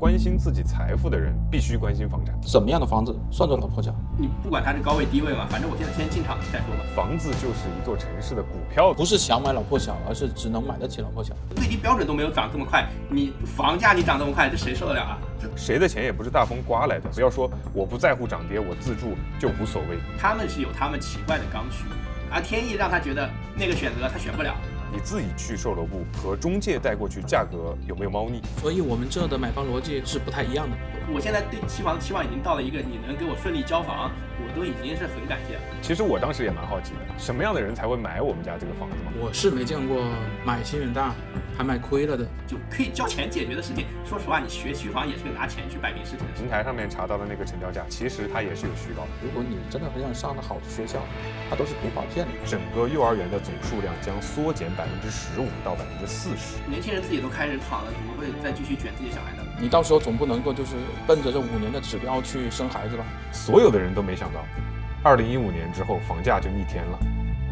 关心自己财富的人必须关心房产。 什么样的房子算作老破小？ 你不管它是高位低位嘛，反正我现在先进场再说吧。 房子就是一座城市的股票， 不是想买老破小，而是只能买得起老破小。 最低标准都没有涨这么快，你房价你涨这么快，这谁受得了啊？ 谁的钱也不是大风刮来的。不要说我不在乎涨跌，我自住就无所谓。 他们是有他们奇怪的刚需，而天意让他觉得那个选择他选不了。 你自己去售楼部和中介带过去，价格有没有猫腻？ 所以我们这的买房逻辑是不太一样的。 我现在对期房的期望已经到了一个你能给我顺利交房，我都已经是很感谢了。 其实我当时也蛮好奇的，什么样的人才会买我们家这个房子吗？ 我是没见过买新远大还卖亏了的， 就可以交钱解决的事情。说实话，你学区房也是个拿钱去摆平事情的事情。 平台上面查到的那个成交价，其实它也是有虚高的。 如果你真的很想上的好的学校，它都是给保骗的。 整个幼儿园的总数量将缩减15%到40%。 年轻人自己都开始躺了，怎么会再继续卷自己小孩呢？ 你到时候总不能够就是奔着这5年的指标去生孩子吧？ 所有的人都没想到，2015年之后房价就逆天了。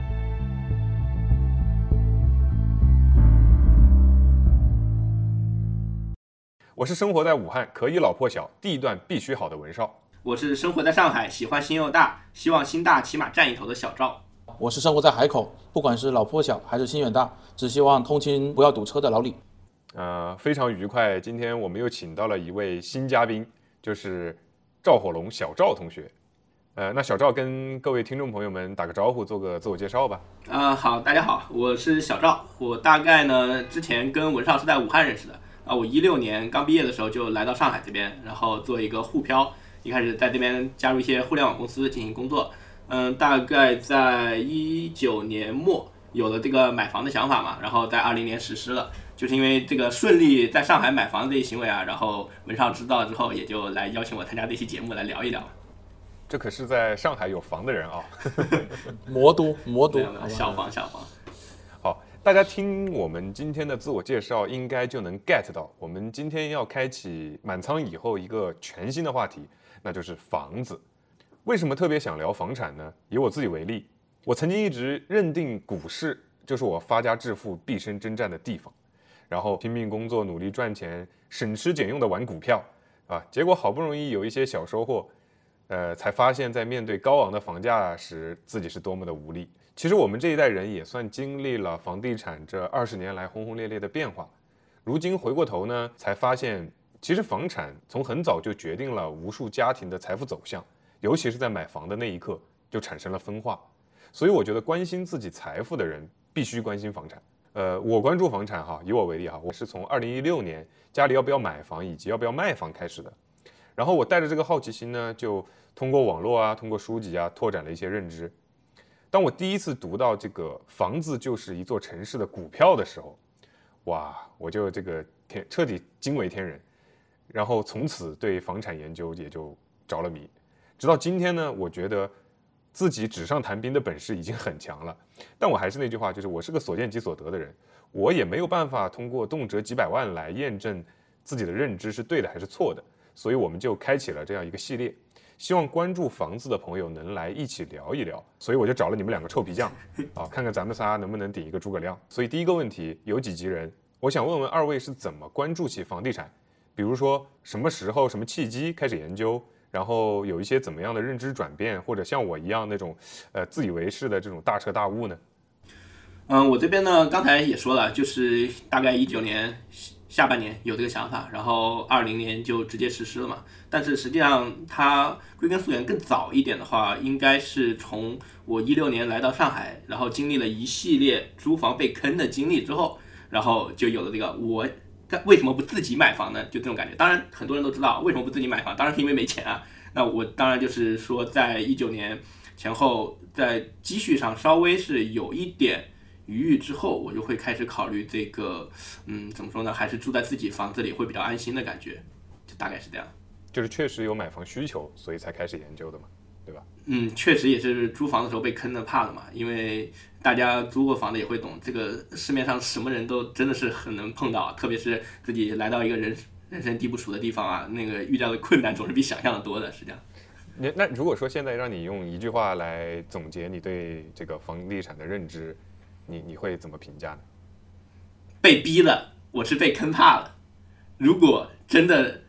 我是生活在武汉，可以老破小，地段必须好的文少。 我是生活在上海，喜欢新又大，希望新大起码占一头的小赵。 我是生活在海口，不管是老破小还是新远大，只希望通勤不要堵车的老李。 非常愉快，今天我们又请到了一位新嘉宾，就是赵火龙小赵同学。那小赵跟各位听众朋友们打个招呼，做个自我介绍吧。 好，大家好，我是小赵。我大概呢之前跟文少是在武汉认识的。我16年刚毕业的时候就来到上海这边，然后做一个沪漂，一开始在这边加入一些互联网公司进行工作。大概在19年末有了这个买房的想法嘛，然后在20年实施了。就是因为这个顺利在上海买房这一行为啊，然后文少知道之后，也就来邀请我参加这期节目来聊一聊。 这可是在上海有房的人啊， 魔都， 小房。 好，大家听我们今天的自我介绍，应该就能 get 到，我们今天要开启满仓以后一个全新的话题，那就是房子。为什么特别想聊房产呢？以我自己为例，我曾经一直认定股市就是我发家致富、毕生征战的地方。然后拼命工作，努力赚钱，省吃俭用的玩股票，结果好不容易有一些小收获，才发现在面对高昂的房价时，自己是多么的无力。其实我们这一代人也算经历了房地产这20年来轰轰烈烈的变化，如今回过头呢，才发现其实房产从很早就决定了无数家庭的财富走向，尤其是在买房的那一刻就产生了分化。所以我觉得关心自己财富的人必须关心房产。我关注房产以我为例我是从2016年家里要不要买房以及要不要卖房开始的。然后我带着这个好奇心呢，就通过网络通过书籍拓展了一些认知。当我第一次读到这个房子就是一座城市的股票的时候，哇，我就这个彻底惊为天人。然后从此对房产研究也就着了迷。直到今天呢，我觉得自己纸上谈兵的本事已经很强了，但我还是那句话，就是我是个所见即所得的人，我也没有办法通过动辄几百万来验证自己的认知是对的还是错的，所以我们就开启了这样一个系列，希望关注房子的朋友能来一起聊一聊，所以我就找了你们2个臭皮匠看看咱们仨能不能顶一个诸葛亮。所以第一个问题，有几级人，我想问问二位是怎么关注起房地产，比如说什么时候什么契机开始研究，然后有一些怎么样的认知转变，或者像我一样那种自以为是的这种大彻大悟呢？ 我这边呢，刚才也说了，就是大概19年下半年有这个想法，然后20年就直接实施了嘛。但是实际上它归根溯源更早一点的话，应该是从我16年来到上海，然后经历了一系列租房被坑的经历之后，然后就有了这个我为什么不自己买房呢？就这种感觉。当然很多人都知道为什么不自己买房，当然是因为没钱啊。那我当然就是说在19年前后，在积蓄上稍微是有一点余裕之后，我就会开始考虑这个怎么说呢，还是住在自己房子里会比较安心的感觉，就大概是这样。 就是确实有买房需求，所以才开始研究的嘛，对吧？ 确实也是租房的时候被坑的怕了嘛，因为大家租过房的也会懂，这个市面上什么人都真的是很能碰到，特别是自己来到一个人生地不熟的地方那个遇到的困难总是比想象的多的，是这样。 那如果说现在让你用一句话来总结你对这个房地产的认知，你会怎么评价呢？ 被逼了，我是被坑怕了。如果真的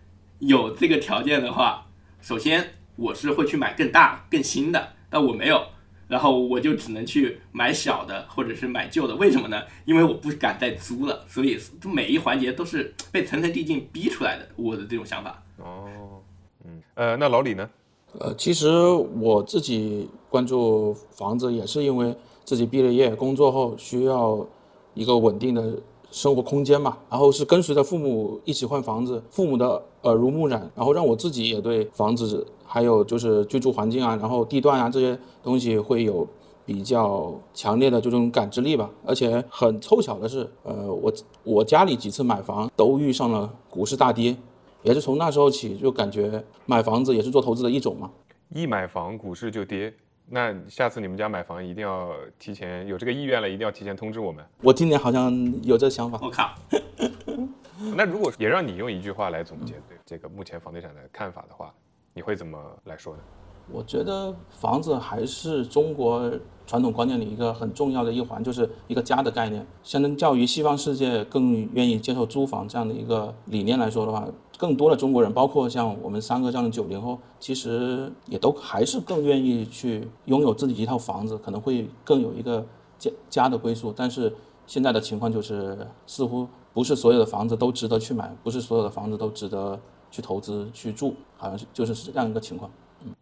有这个条件的话，首先我是会去买更大更新的，但我没有，然后我就只能去买小的或者是买旧的。为什么呢？因为我不敢再租了，所以每一环节都是被层层递进逼出来的，我的这种想法。 那老李呢？ 其实我自己关注房子也是因为自己毕了业，工作后需要一个稳定的生活空间嘛，然后是跟随着父母一起换房子，父母的耳濡目染，然后让我自己也对房子还有就是居住环境啊，然后地段啊这些东西会有比较强烈的这种感知力吧。而且很凑巧的是，我家里几次买房都遇上了股市大跌，也是从那时候起就感觉买房子也是做投资的一种嘛。 一买房股市就跌，那下次你们家买房一定要提前有这个意愿了，一定要提前通知我们。 我今年好像有这想法。 我靠！ 那如果也让你用一句话来总结对这个目前房地产的看法的话，你会怎么来说呢？ 我觉得房子还是中国传统观念里一个很重要的一环，就是一个家的概念。相较于西方世界更愿意接受租房这样的一个理念来说的话，更多的中国人，包括像我们三个这样的90后，其实也都还是更愿意去拥有自己一套房子，可能会更有一个家的归宿。但是现在的情况就是，似乎不是所有的房子都值得去买，不是所有的房子都值得去投资去住，好像就是这样一个情况。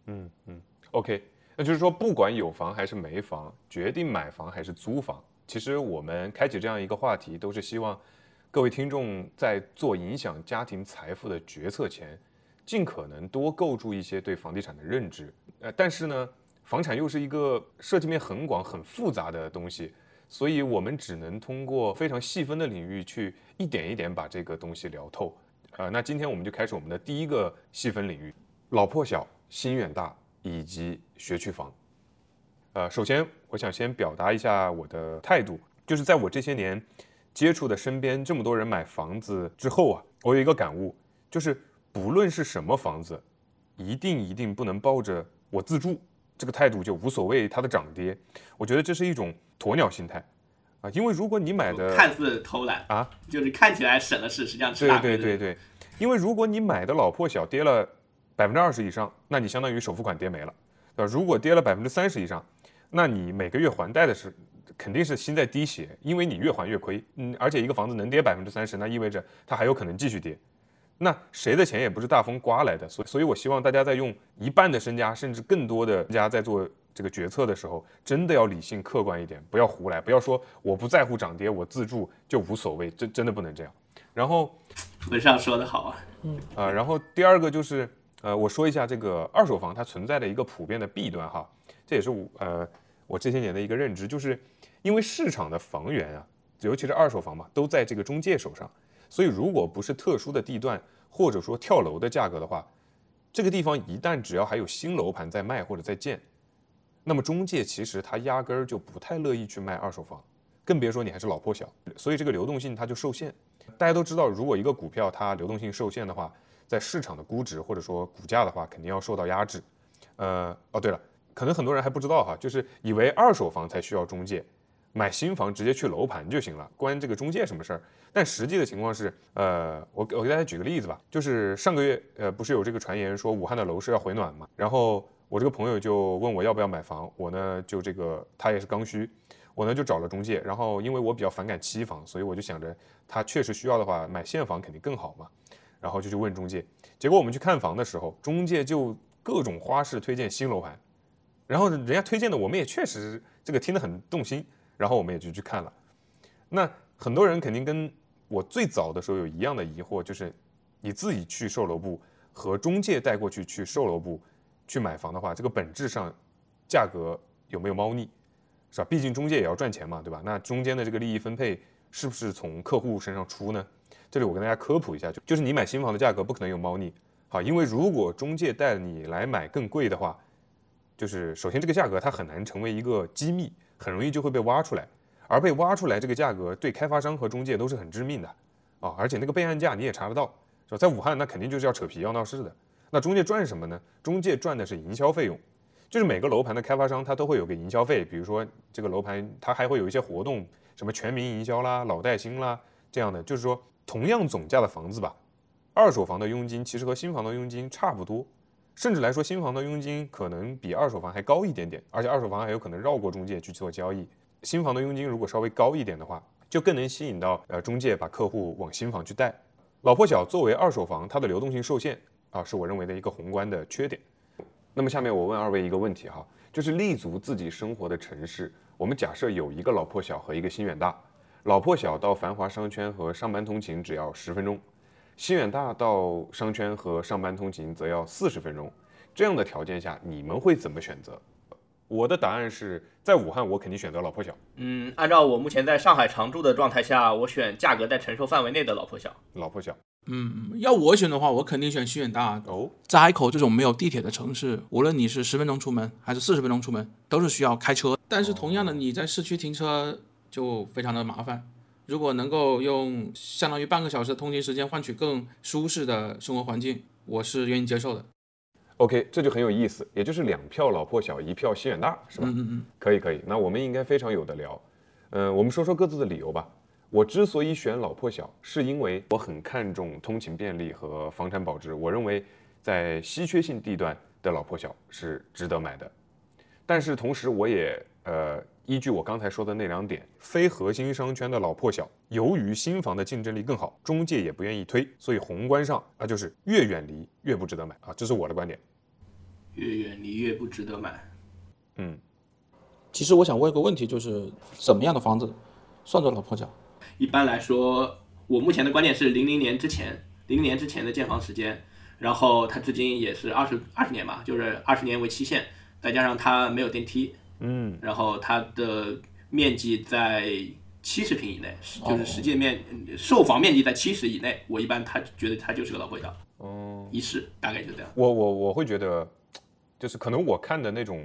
OK， 那就是说，不管有房还是没房，决定买房还是租房，其实我们开启这样一个话题，都是希望各位听众在做影响家庭财富的决策前，尽可能多构筑一些对房地产的认知。但是呢，房产又是一个涉及面很广、很复杂的东西，所以我们只能通过非常细分的领域去一点一点把这个东西聊透。那今天我们就开始我们的第一个细分领域：老破小、心远大以及学区房。首先我想先表达一下我的态度，就是在我这些年接触的身边这么多人买房子之后啊，我有一个感悟，就是不论是什么房子，一定不能抱着我自住这个态度就无所谓它的涨跌。我觉得这是一种鸵鸟心态啊，因为如果你买的看似偷懒啊， 就是看起来省了事，实际上吃大亏。 对，因为如果你买的老破小跌了20%以上，那你相当于首付款跌没了，对吧？如果跌了30%以上，那你每个月还贷的是肯定是心在滴血，因为你越还越亏。而且一个房子能跌30%，那意味着它还有可能继续跌。那谁的钱也不是大风刮来的，所以我希望大家在用一半的身家，甚至更多的身家在做这个决策的时候，真的要理性客观一点，不要胡来，不要说我不在乎涨跌，我自住就无所谓，真的不能这样。然后文上说的好啊， 然后第二个就是我说一下这个二手房它存在的一个普遍的弊端哈，这也是我这些年的一个认知，就是因为市场的房源啊，尤其是二手房嘛，都在这个中介手上，所以如果不是特殊的地段或者说跳楼的价格的话，这个地方一旦只要还有新楼盘在卖或者在建，那么中介其实他压根儿就不太乐意去卖二手房，更别说你还是老破小，所以这个流动性它就受限。大家都知道，如果一个股票它流动性受限的话，在市场的估值或者说股价的话，肯定要受到压制。对了，可能很多人还不知道哈，就是以为二手房才需要中介，买新房直接去楼盘就行了，关这个中介什么事儿？但实际的情况是，我给大家举个例子吧，就是上个月不是有这个传言说武汉的楼市要回暖嘛，然后我这个朋友就问我要不要买房，我呢就这个他也是刚需，我呢就找了中介，然后因为我比较反感期房，所以我就想着他确实需要的话，买现房肯定更好嘛，然后就去问中介，结果我们去看房的时候，中介就各种花式推荐新楼盘，然后人家推荐的我们也确实这个听得很动心，然后我们也就去看了。那很多人肯定跟我最早的时候有一样的疑惑，就是你自己去售楼部和中介带过去售楼部去买房的话，这个本质上价格有没有猫腻，是吧？毕竟中介也要赚钱嘛，对吧？那中间的这个利益分配是不是从客户身上出呢？这里我跟大家科普一下，就是你买新房的价格不可能有猫腻，好，因为如果中介带你来买更贵的话，就是首先这个价格它很难成为一个机密，很容易就会被挖出来，而被挖出来这个价格对开发商和中介都是很致命的啊，而且那个备案价你也查得到，是吧？在武汉那肯定就是要扯皮要闹事的。那中介赚什么呢？中介赚的是营销费用，就是每个楼盘的开发商他都会有个营销费，比如说这个楼盘它还会有一些活动，什么全民营销啦、老带新啦这样的，就是说同样总价的房子吧二手房的佣金其实和新房的佣金差不多，甚至来说新房的佣金可能比二手房还高一点点，而且二手房还有可能绕过中介去做交易。新房的佣金如果稍微高一点的话，就更能吸引到中介把客户往新房去带。老破小作为二手房，它的流动性受限是我认为的一个宏观的缺点。那么下面我问二位一个问题哈，就是立足自己生活的城市，我们假设有一个老破小和一个新远大，老破小到繁华商圈和上班通勤只要10分钟，新远大到商圈和上班通勤则要40分钟。这样的条件下，你们会怎么选择？我的答案是在武汉，我肯定选择老破小。 按照我目前在上海常住的状态下，我选价格在承受范围内的老破小。 老破小。 要我选的话，我肯定选新远大。在海口这种没有地铁的城市，无论你是10分钟出门还是40分钟出门，都是需要开车。但是同样的，你在市区停车就非常的麻烦。如果能够用相当于半个小时的通勤时间换取更舒适的生活环境，我是愿意接受的。 OK， 这就很有意思，也就是2票老破小，1票新远大，是吧？可以，那我们应该非常有的聊。我们说说各自的理由吧。我之所以选老破小，是因为我很看重通勤便利和房产保值，我认为在稀缺性地段的老破小是值得买的。但是同时，我也依据我刚才说的那2点，非核心商圈的老破小，由于新房的竞争力更好，中介也不愿意推，所以宏观上就是越远离越不值得买这是我的观点。 越远离越不值得买。 其实我想问一个问题，就是怎么样的房子算作老破小？ 一般来说，我目前的观点是00年之前的建房时间，然后它至今也是20年吧，就是20年为期限，再加上它没有电梯，然后它的面积在70平以内，就是实际售房面积在70以内，我一般觉得它就是个老破小。一室大概就这样。 我会觉得，就是可能我看的那种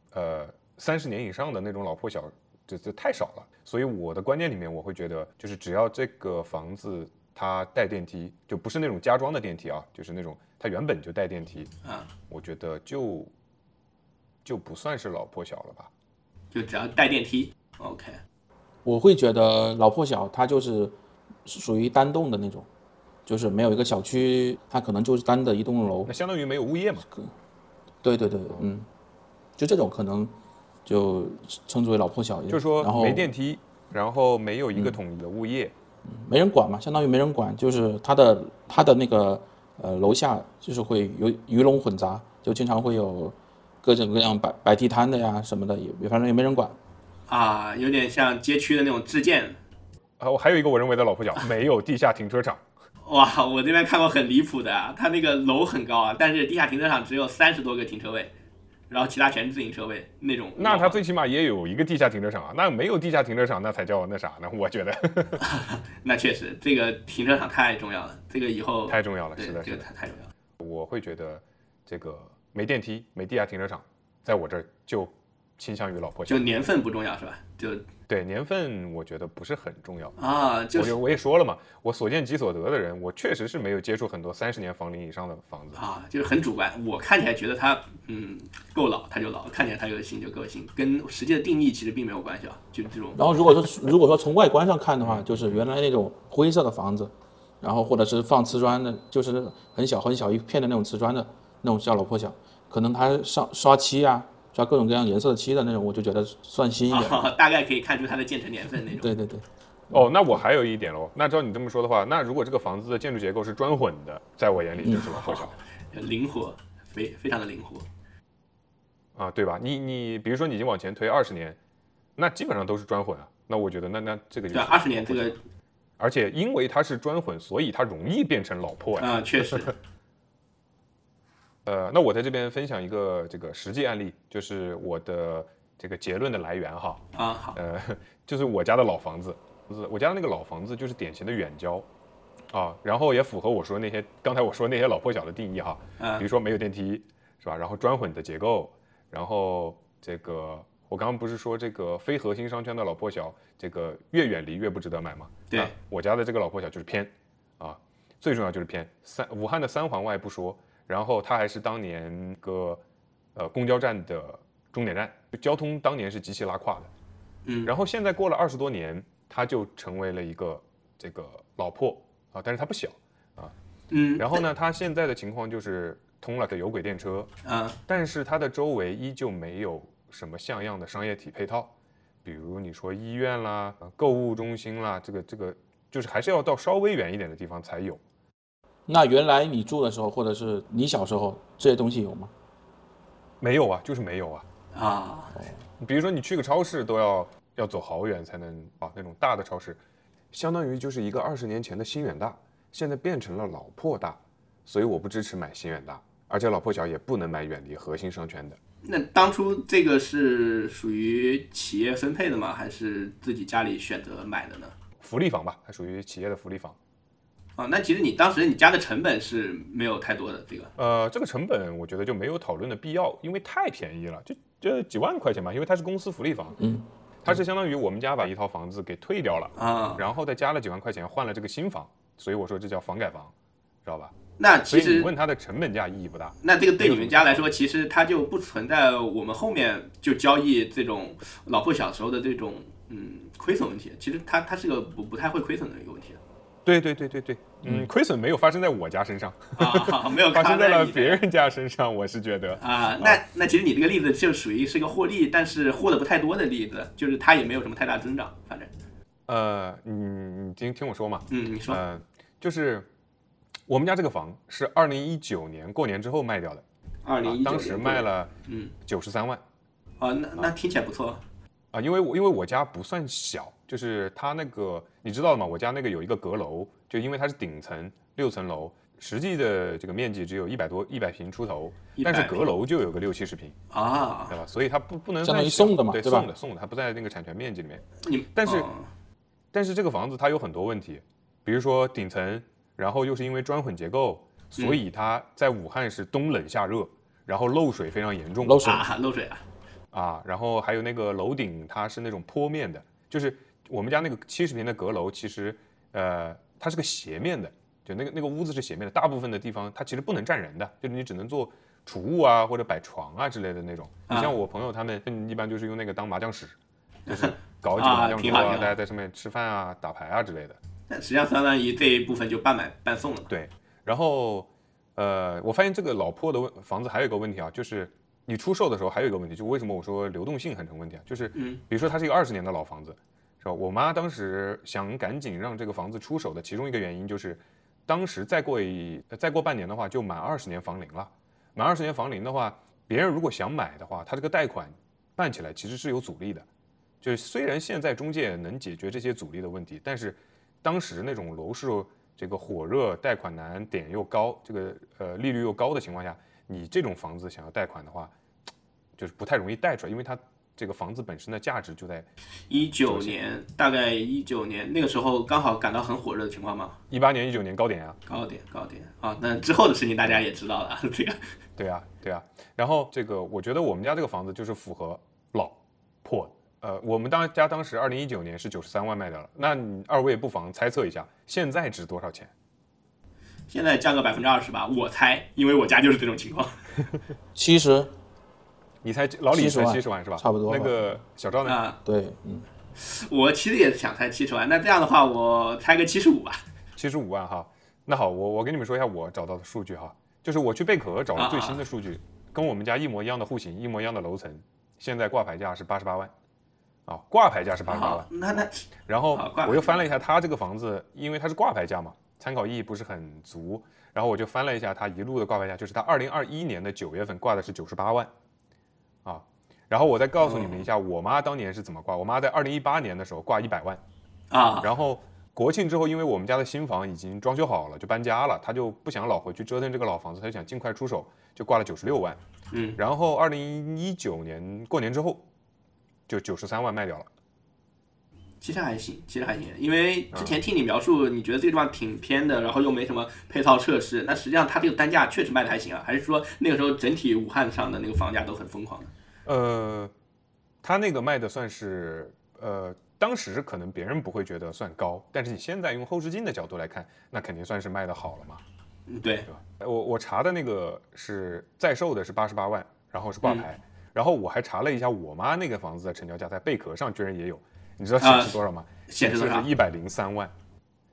30年以上的那种老破小，这太少了，所以我的观念里面，我会觉得，就是只要这个房子它带电梯，就不是那种加装的电梯就是那种它原本就带电梯我觉得就不算是老破小了吧？ 就只要带电梯 ，OK。 我会觉得老破小它就是属于单栋的那种，就是没有一个小区，它可能就是单的一栋楼， 那相当于没有物业嘛？ 对，就这种可能就称之为老破小， 就是说没电梯，然后没有一个统一的物业， 没人管嘛，相当于没人管，就是它的那个楼下就是会有鱼龙混杂，就经常会有各种各样摆地摊的呀什么的，也反正也没人管有点像街区的那种自建。 还有一个我认为的老破小，没有地下停车场。 哇，我这边看过很离谱的它那个楼很高但是地下停车场只有30多个停车位。然后其他全是自行车位那种， 那它最起码也有一个地下停车场那没有地下停车场，那才叫那啥呢？我觉得。 那确实，这个停车场太重要了，这个以后太重要了，是的， 这个太重要了。 我会觉得这个没电梯、没地下停车场，在我这儿就倾向于老破小。 就年份不重要是吧？ 对年份，我觉得不是很重要我也说了嘛，我所见即所得的人，我确实是没有接触很多30年房龄以上的房子就是很主观。我看起来觉得它够老，它就老；看起来它有新就够新，跟实际的定义其实并没有关系就这种。 然后如果说从外观上看的话，就是原来那种灰色的房子，然后或者是放瓷砖的，就是很小一片的那种瓷砖的那种叫老破小，可能它刷漆刷各种各样颜色的漆的那种，我就觉得算新一点大概可以看出它的建成年份那种。 对那我还有一点那照你这么说的话，那如果这个房子的建筑结构是砖混的，在我眼里就是老破小。 灵活，非常的灵活对吧？你比如说你已经往前推20年，那基本上都是砖混那我觉得那这个就是 20年这个， 而且因为它是砖混，所以它容易变成老破确实。 那我在这边分享一个这个实际案例，就是我的这个结论的来源好。 就是我家的老房子，我家的那个老房子就是典型的远郊然后也符合我说刚才我说那些老破小的定义比如说没有电梯是吧？然后砖混的结构，然后这个我刚刚不是说这个非核心商圈的老破小，这个越远离越不值得买吗？ 对， 我家的这个老破小就是偏最重要就是偏武汉的3环外不说。然后它还是当年个公交站的终点站，交通当年是极其拉胯的。然后现在过了20多年，它就成为了一个这个老破但是它不小然后呢，它现在的情况就是通了个有轨电车，但是它的周围依旧没有什么像样的商业体配套，比如你说医院啦、购物中心啦，这个就是还是要到稍微远一点的地方才有。 那原来你住的时候，或者是你小时候，这些东西有吗？ 没有啊，就是没有啊。比如说你去个超市都要走好远才能那种大的超市，相当于就是一个20年前的新远大，现在变成了老破大，所以我不支持买新远大，而且老破小也不能买远离核心商圈的。 那当初这个是属于企业分配的吗？还是自己家里选择买的呢？ 福利房吧，它属于企业的福利房。 那其实你当时你加的成本是没有太多的这个。 这个成本我觉得就没有讨论的必要，因为太便宜了，就几万块钱吧，因为它是公司福利房。它是相当于我们家把一套房子给退掉了然后再加了几万块钱换了这个新房，所以我说这叫房改房，知道吧？ 那其实你问它的成本价意义不大。 那这个对你们家来说，其实它就不存在我们后面就交易这种老破小时候的这种亏损问题。其实它是个不太会亏损的一个问题。 对，亏损没有发生在我家身上没有发生在了别人家身上，我是觉得那其实你这个例子就属于是个获利，但是获得不太多的例子，就是它也没有什么太大增长，反正。 你听我说嘛。 你说。 就是我们家这个房是2019年过年之后卖掉的 ，2019年当时卖了93万。 那听起来不错因为我家不算小，就是它那个你知道吗？我家那个有一个阁楼，就因为它是顶层6层楼，实际的这个面积只有100平出头，但是阁楼就有个60-70平对吧？所以它不能相当于送的嘛， 对吧？ 送的，它不在那个产权面积里面。但是这个房子它有很多问题，比如说顶层，然后又是因为砖混结构，所以它在武汉是冬冷夏热，然后漏水非常严重。 漏水然后还有那个楼顶它是那种坡面的，就是我们家那个70平的阁楼，其实它是个斜面的，就那个屋子是斜面的，大部分的地方它其实不能站人的，就是你只能做储物啊或者摆床啊之类的那种。你像我朋友他们一般就是用那个当麻将室，就是搞几个麻将桌大家在上面吃饭啊打牌啊之类的。 那实际上相当于这一部分就半买半送了。 对，然后我发现这个老破的房子还有一个问题啊，就是你出售的时候还有一个问题，就为什么我说流动性很成问题啊？就是比如说它是一个20年的老房子，是吧？我妈当时想赶紧让这个房子出手的其中一个原因就是，当时再过半年的话就满20年房龄了。满20年房龄的话，别人如果想买的话，他这个贷款办起来其实是有阻力的。就是虽然现在中介能解决这些阻力的问题，但是当时那种楼市这个火热、贷款难、点又高、这个利率又高的情况下，你这种房子想要贷款的话，就是不太容易贷出来，因为它这个房子本身的价值就在 19年，大概19年那个时候刚好赶到很火热的情况吗 ？18年、19年高点啊， 高点那之后的事情大家也知道了，这个。 对啊。然后这个我觉得我们家这个房子就是符合老破。我们家当时2019年是93万卖掉了，那你二位不妨猜测一下，现在值多少钱？ 现在降个20%吧，我猜，因为我家就是这种情况。 70。 你猜老李猜70万是吧？ 差不多。 那个小赵呢？ 对， 我其实也是想猜70万，那这样的话我猜个75吧。 75万哈，那好，我跟你们说一下我找到的数据哈，就是我去贝壳找了最新的数据，跟我们家一模一样的户型，一模一样的楼层，现在挂牌价是88万。挂牌价是88万。然后我又翻了一下他这个房子，因为它是挂牌价嘛，参考意义不是很足。然后我就翻了一下他一路的挂牌价，就是他2021年的9月份挂的是98万。然后我再告诉你们一下，我妈当年是怎么挂。我妈在2018年的时候挂100万。然后国庆之后，因为我们家的新房已经装修好了，就搬家了，他就不想老回去折腾这个老房子，他就想尽快出手，就挂了96万。然后2019年过年之后，就93万卖掉了。 其实还行，因为之前听你描述，你觉得这个地方挺偏的，然后又没什么配套设施，那实际上它这个单价确实卖的还行啊，还是说那个时候整体武汉上的那个房价都很疯狂的？ 它那个卖的算是当时可能别人不会觉得算高，但是你现在用后视镜的角度来看，那肯定算是卖的好了嘛。 对吧？我查的那个是在售的是88万，然后是挂牌。然后我还查了一下我妈那个房子的成交价，在贝壳上居然也有，你知道显示多少吗？ 显示多少？ 103万。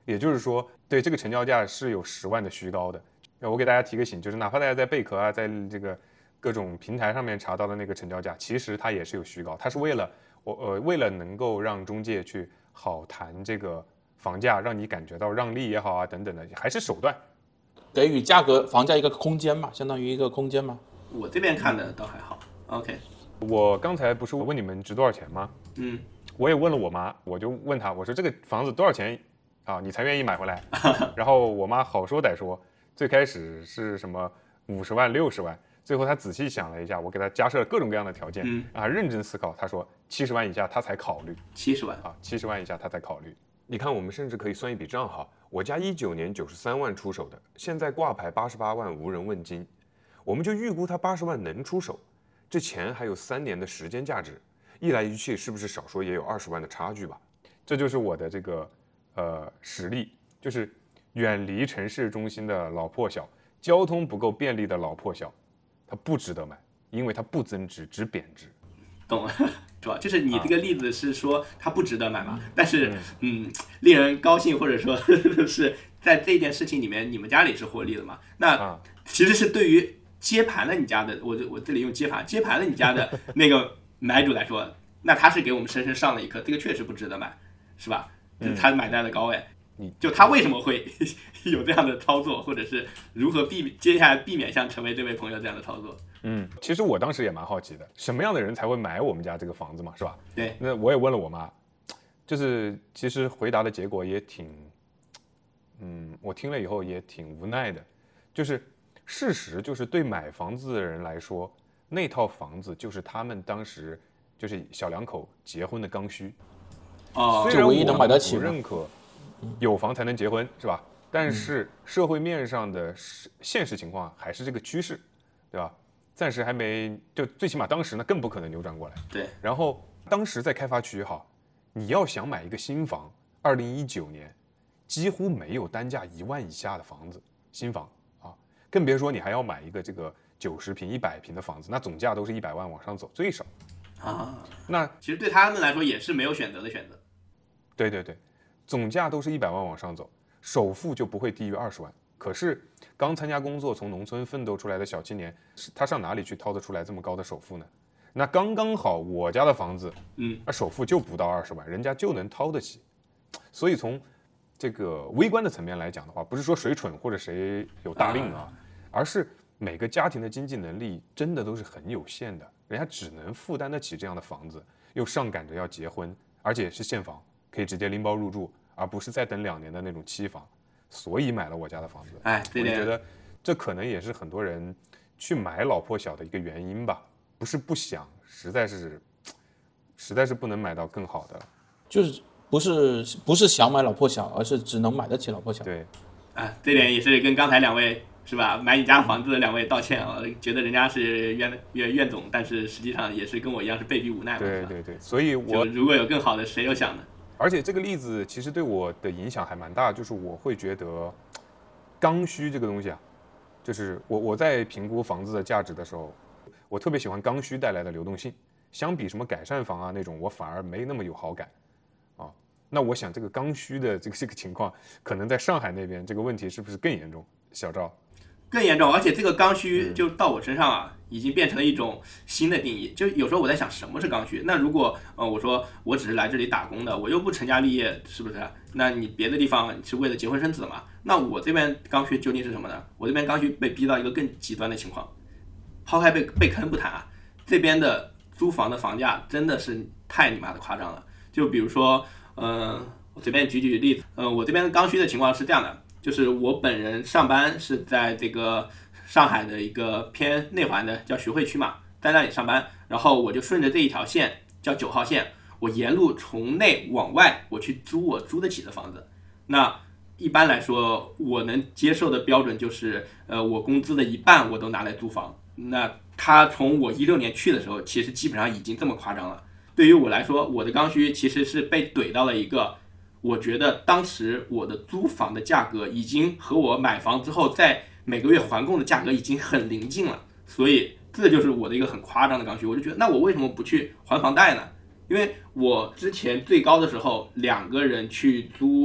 也就是说，对这个成交价是有10万的虚高的。我给大家提个醒，就是哪怕大家在贝壳啊，在这个各种平台上面查到的那个成交价，其实它也是有虚高，它是为了为了能够让中介去好谈这个房价，让你感觉到让利也好啊等等的，还是手段， 给予房价一个空间嘛，相当于一个空间嘛。 我这边看的倒还好。OK， 我刚才不是问你们值多少钱吗？我也问了我妈，我就问她，我说这个房子多少钱啊，你才愿意买回来？然后我妈好说歹说，最开始是什么50万、60万，最后她仔细想了一下，我给她加设了各种各样的条件，认真思考，她说70万以下她才考虑。 70万啊，70万以下她才考虑。你看，我们甚至可以算一笔账哈，我家19年93万出手的，现在挂牌88万无人问津，我们就预估他80万能出手，这钱还有3年的时间价值，一来一去是不是少说也有20万的差距吧？这就是我的这个实力，就是远离城市中心的老破小，交通不够便利的老破小，它不值得买，因为它不增值，只贬值。 懂了，主要就是你这个例子是说它不值得买嘛，但是令人高兴，或者说是在这件事情里面，你们家里是获利的嘛？那其实是对于接盘了你家的，我这里用接盘了你家的那个买主来说，那他是给我们深深上了一课，这个确实不值得买，是吧？他买在了高位，就他为什么会有这样的操作，或者是如何接下来避免像成为这位朋友这样的操作？ 其实我当时也蛮好奇的，什么样的人才会买我们家这个房子嘛，是吧？ 对， 那我也问了我妈，就是其实回答的结果也挺，我听了以后也挺无奈的，就是事实就是对买房子的人来说，那套房子就是他们当时就是小两口结婚的刚需。虽然就唯一能买得起我不认可有房才能结婚，是吧？但是社会面上的现实情况还是这个趋势，对吧？暂时还没，就最起码当时呢更不可能扭转过来。 对。 然后当时在开发区哈，你要想买一个新房，2019年几乎没有单价1万以下的房子，新房啊，更别说你还要买一个这个90平、100平的房子，那总价都是100万往上走最少啊。 那其实对他们来说也是没有选择的选择。 对对对，总价都是100万往上走，首付就不会低于20万。可是刚参加工作从农村奋斗出来的小青年，他上哪里去掏得出来这么高的首付呢？那刚刚好我家的房子，首付就不到20万，人家就能掏得起。所以从这个微观的层面来讲的话，不是说谁蠢或者谁有大令啊，而是每个家庭的经济能力真的都是很有限的，人家只能负担得起这样的房子，又上赶着要结婚，而且是现房，可以直接拎包入住，而不是再等2年的那种期房。所以买了我家的房子，我觉得这可能也是很多人去买老破小的一个原因吧，不是不想，实在是不能买到更好的， 就是不是想买老破小，而是只能买得起老破小。 对， 这点也是跟刚才2位是吧，买你家房子的2位道歉啊，觉得人家是怨总，但是实际上也是跟我一样是被逼无奈嘛。 对对对，所以我如果有更好的，谁又想呢？ 而且这个例子其实对我的影响还蛮大，就是我会觉得刚需这个东西啊，就是我在评估房子的价值的时候，我特别喜欢刚需带来的流动性，相比什么改善房啊那种，我反而没那么有好感啊。那我想这个刚需的这个情况，可能在上海那边这个问题是不是更严重？小赵。 更严重，而且这个刚需就到我身上啊，已经变成了一种新的定义。就有时候我在想，什么是刚需？那如果我说我只是来这里打工的，我又不成家立业，是不是？那你别的地方是为了结婚生子的嘛？那我这边刚需究竟是什么呢？我这边刚需被逼到一个更极端的情况。抛开被坑不谈啊，这边的租房的房价真的是太你妈的夸张了。就比如说，我随便举例子，我这边的刚需的情况是这样的。就是我本人上班是在这个上海的一个偏内环的叫徐汇区嘛，在那里上班，然后我就顺着这一条线叫9号线，我沿路从内往外我去租我租得起的房子。那一般来说我能接受的标准就是我工资的1半我都拿来租房。那他从我16年去的时候其实基本上已经这么夸张了。对于我来说，我的刚需其实是被怼到了一个我觉得当时我的租房的价格已经和我买房之后在每个月还供的价格已经很临近了，所以这就是我的一个很夸张的刚需。我就觉得那我为什么不去还房贷呢？因为我之前最高的时候2个人去租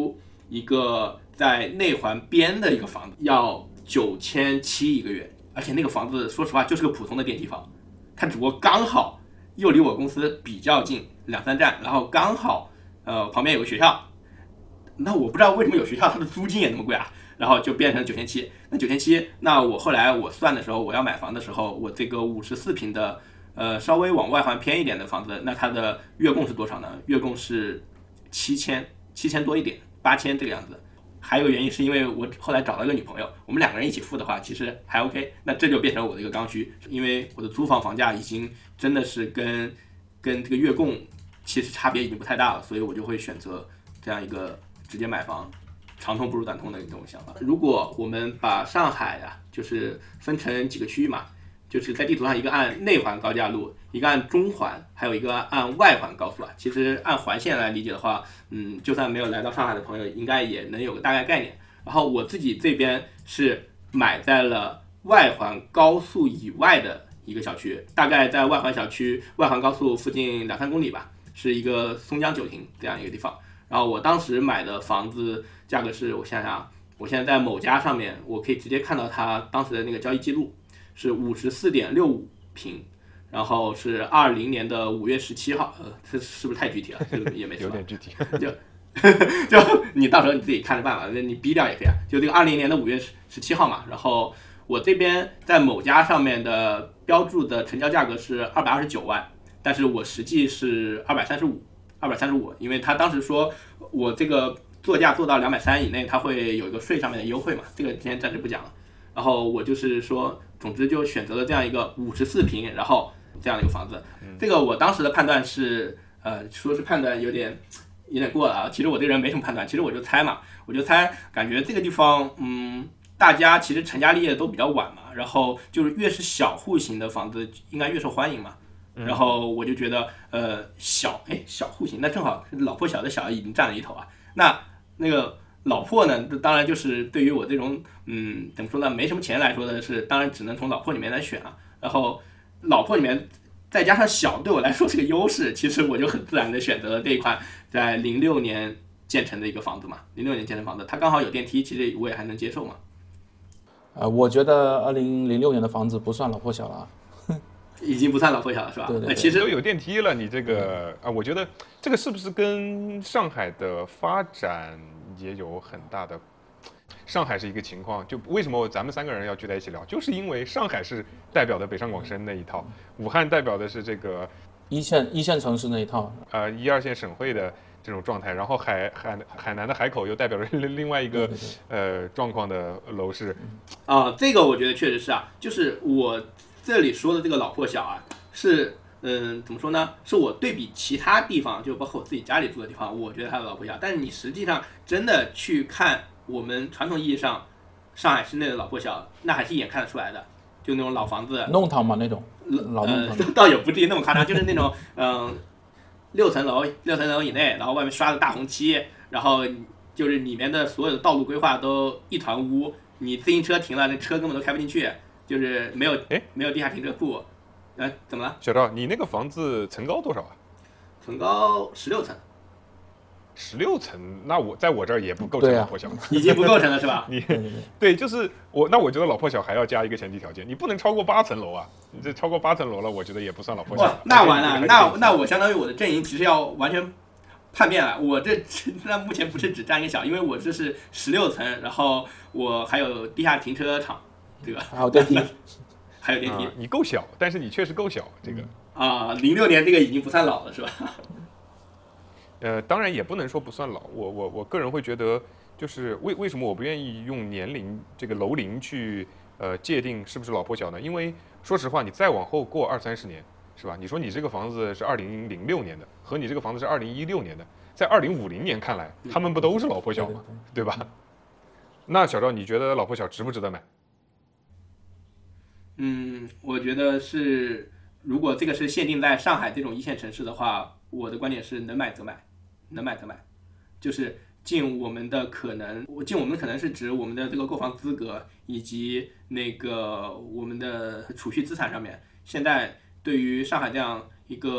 一个在内环边的一个房子，要9700一个月，而且那个房子说实话就是个普通的电梯房，它只不过刚好又离我公司比较近，2-3站，然后刚好旁边有个学校，那我不知道为什么有学校它的租金也那么贵啊，然后就变成9700。那9700，那我后来我算的时候，我要买房的时候，我这个54平的稍微往外环偏一点的房子，那它的月供是多少呢？月供是7000多一点，8000这个样子。还有一个原因是因为我后来找了个女朋友，我们2个人一起付的话，其实还 OK。那这就变成我的一个刚需，因为我的租房房价已经真的是跟这个月供其实差别已经不太大了，所以我就会选择这样一个直接买房，长痛不如短痛的这种想法。如果我们把上海啊，就是分成几个区域嘛，就是在地图上一个按内环高架路，一个按中环，还有一个按外环高速啊。其实按环线来理解的话，就算没有来到上海的朋友，应该也能有个大概概念。然后我自己这边是买在了外环高速以外的一个小区，大概在外环高速附近2-3公里吧，是一个松江九亭这样一个地方。然后我当时买的房子价格是，我想想，我现在在某家上面，我可以直接看到它当时的那个交易记录，是54.65平，然后是20年的5月17号，这是不是太具体了？这个也没什么， 有点具体， 就你到时候你自己看着办吧，你逼掉也可以啊。就这个20年的5月17号嘛，然后我这边在某家上面的标注的成交价格是229万，但是我实际是235，因为他当时说我这个作价做到230以内，他会有一个税上面的优惠嘛，这个今天暂时不讲了。然后我就是说，总之就选择了这样一个54平，然后这样的一个房子。这个我当时的判断是，说是判断有点过了啊。其实我这个人没什么判断，其实我就猜嘛，感觉这个地方，大家其实成家立业都比较晚嘛，然后就是越是小户型的房子应该越受欢迎嘛。然后我就觉得，小户型，那正好老破小的小已经占了一头啊。那个老破呢，当然就是对于我这种怎么说呢，没什么钱来说的是，当然只能从老破里面来选了。然后老破里面再加上小，对我来说是个优势，其实我就很自然的选择了这一款在06年建成的一个房子嘛。06年建成房子，它刚好有电梯，其实我也还能接受嘛。 我觉得2006年的房子不算老破小了。 已经不算老破小了，是吧？ 对， 其实都有电梯了，你这个我觉得这个是不是跟上海的发展也有很大的？上海是一个情况，就为什么咱们3个人要聚在一起聊，就是因为上海是代表的北上广深那一套，武汉代表的是这个一线城市那一套 ，1、2线省会的这种状态，然后海南的海口又代表着另外一个状况的楼市。 这个我觉得确实是啊，就是我这里说的这个老破小啊，是怎么说呢？是我对比其他地方，就包括我自己家里住的地方，我觉得它的老破小。但是你实际上真的去看我们传统意义上上海市内的老破小，那还是一眼看得出来的，就那种老房子， 弄堂嘛那种老弄堂， 倒也不至于那么夸张，就是那种6层楼以内，然后外面刷的大红漆，然后就是里面的所有的道路规划都一团污，你自行车停了，那车根本都开不进去。就是没有地下停车库，怎么了？ 小赵，你那个房子层高多少啊？ 层高16层。 16层，那在我这儿也不构成老破小， 已经不构成了是吧？ 对，就是我觉得老破小还要加一个前提条件，你不能超过8层楼啊！你这超过8层楼了，我觉得也不算老破小。 那完了，那我相当于我的阵营其实要完全叛变了。我那目前不是只占一个小，因为我这是16层，然后我还有地下停车场。对吧？ 还有电梯， 还有电梯。 你够小，但是你确实够小，这个。 06年这个已经不算老了，是吧？ 当然也不能说不算老。我个人会觉得，就是为什么我不愿意用年龄这个楼龄去界定是不是老破小呢？因为说实话，你再往后过20-30年，是吧？你说你这个房子是2006年的，和你这个房子是2016年的，在2050年看来，他们不都是老破小吗？对吧？那小赵，你觉得老破小值不值得买？ 我觉得是，如果这个是限定在上海这种1线城市的话，我的观点是能买则买，就是尽我们的可能是指我们的这个购房资格以及那个我们的储蓄资产上面。现在对于上海这样一个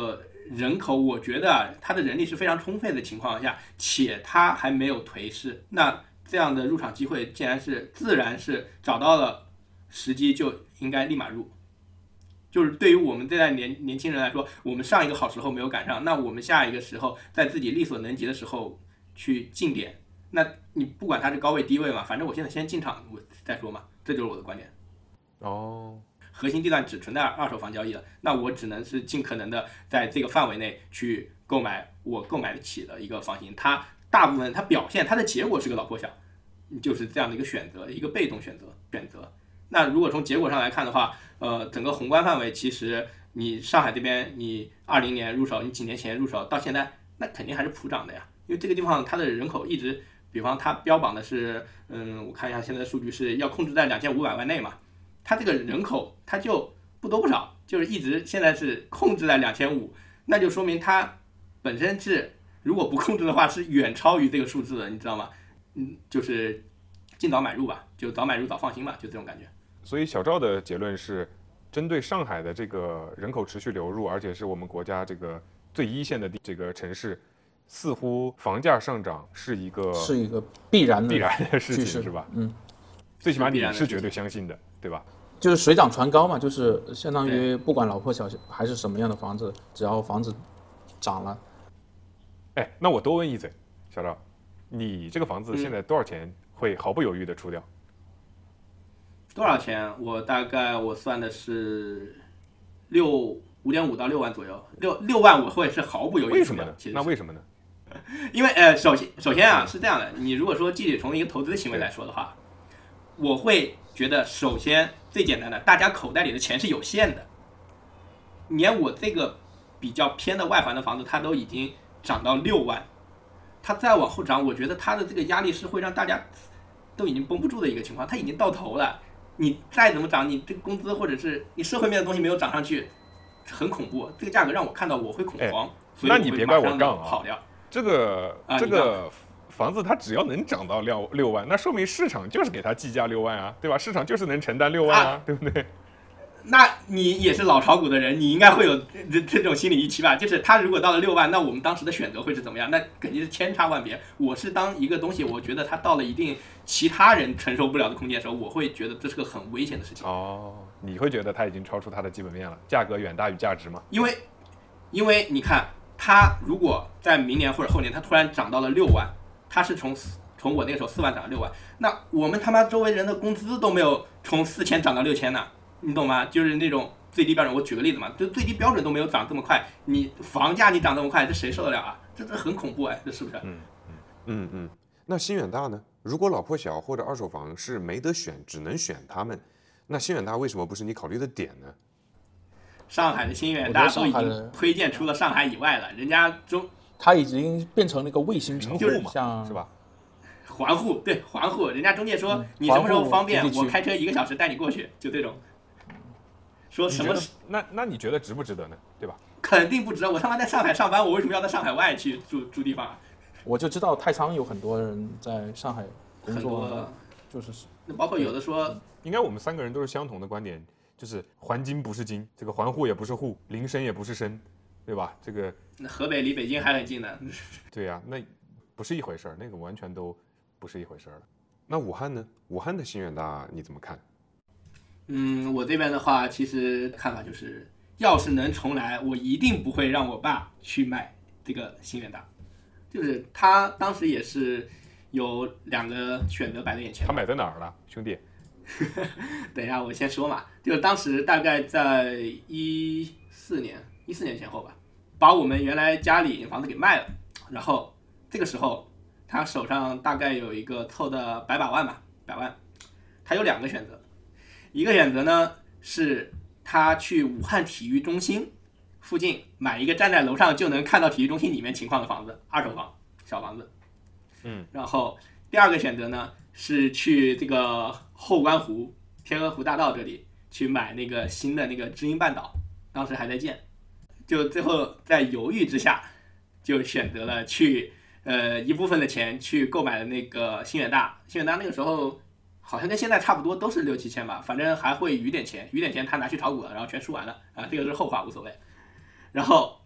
人口，我觉得它的人力是非常充沛的情况下，且它还没有颓势，那这样的入场机会自然是找到了时机就应该立马入。就是对于我们这代年轻人来说，我们上一个好时候没有赶上，那我们下一个时候在自己力所能及的时候去进点。那你不管它是高位低位嘛，反正我现在先进场我再说嘛，这就是我的观点。核心地段只存在二手房交易了，那我只能是尽可能的在这个范围内去购买我购买得起的一个房型。它大部分它表现它的结果是个老破小，就是这样的一个选择，一个被动选择。那如果从结果上来看的话，整个宏观范围其实你上海这边你20年入手，你几年前入手到现在，那肯定还是普涨的呀，因为这个地方它的人口一直，比方它标榜的是，我看一下现在的数据是要控制在2500万内嘛。它这个人口它就不多不少，就是一直现在是控制在2500，那就说明它本身是如果不控制的话是远超于这个数字的，你知道吗？就是尽早买入吧，就早买入早放心吧，就这种感觉。 所以小赵的结论是，针对上海的这个人口持续流入，而且是我们国家这个最一线的这个城市，似乎房价上涨是一个必然的事情，是吧？最起码你是绝对相信的，对吧？ 就是水涨船高嘛，就是相当于不管老破小还是什么样的房子，只要房子涨了。 哎，那我多问一嘴，小赵，你这个房子现在多少钱会毫不犹豫的出掉？ 多少钱？我大概我算的是5.5到6万左右，6万我会是毫不犹豫的。 为什么呢？那为什么呢？ 因为首先啊是这样的，你如果说具体从一个投资行为来说的话，我会觉得首先最简单的，大家口袋里的钱是有限的。连我这个比较偏的外环的房子，它都已经涨到6万，它再往后涨，我觉得它的这个压力是会让大家都已经绷不住的一个情况，它已经到头了。你再怎么涨，你这个工资或者是你社会面的东西没有涨上去，很恐怖。这个价格让我看到我会恐慌，所以那你别怪我杠啊， 跑掉。 这个房子它只要能涨到6万，那说明市场就是给它计价6万啊，对吧？市场就是能承担6万啊，对不对？ 那你也是老炒股的人，你应该会有这种心理预期吧？就是他如果到了6万，那我们当时的选择会是怎么样？那肯定是千差万别。我是当一个东西，我觉得它到了一定其他人承受不了的空间的时候，我会觉得这是个很危险的事情。 你会觉得它已经超出它的基本面了，价格远大于价值吗？ 因为你看，它如果在明年或者后年，它突然涨到了6万，它是从我那个时候4万涨到6万，那我们他妈周围人的工资都没有从4000涨到6000呢。你懂吗？就是那种最低标准，我举个例子嘛，就最低标准都没有涨这么快，你房价你涨这么快，这谁受得了啊？这很恐怖哎，这是不是？ 那新远大呢？如果老破小或者二手房是没得选，只能选他们，那新远大为什么不是你考虑的点呢？ 上海的新远大都已经推荐出了上海以外了，人家它已经变成了一个卫星城市嘛， 是吧？ 环沪，对环沪，人家中介说你什么时候方便，我开车1个小时带你过去，就这种。说什么？ 那你觉得值不值得呢？对吧？ 肯定不值。我他妈在上海上班，我为什么要在上海外去住地方啊？ 我就知道太仓有很多人在上海工作，就是那包括有的说， 应该我们3个人都是相同的观点，就是环京不是京，这个环沪也不是沪，邻深也不是深，对吧？这个那河北离北京还很近呢。 对呀，那不是一回事儿，那个完全都不是一回事儿了。那武汉呢？武汉的新远大你怎么看？ 我这边的话，其实看法就是，要是能重来，我一定不会让我爸去买这个新远大。就是他当时也是有2个选择摆在眼前。 他买在哪儿了，兄弟？ 等一下，我先说嘛。就当时大概在14年前后吧，把我们原来家里房子给卖了，然后这个时候他手上大概有一个凑的百万吧，100万，他有2个选择。一个选择呢是他去武汉体育中心附近买一个站在楼上就能看到体育中心里面情况的房子，二手房，小房子。然后第2个选择呢是去这个后关湖天鹅湖大道这里去买那个新的那个知音半岛，当时还在建，就最后在犹豫之下就选择了去一部分的钱去购买了那个新远大。新远大那个时候好像跟现在差不多，都是6-7千吧，反正还会余点钱他拿去炒股了，然后全输完了啊，这个是后话，无所谓。然后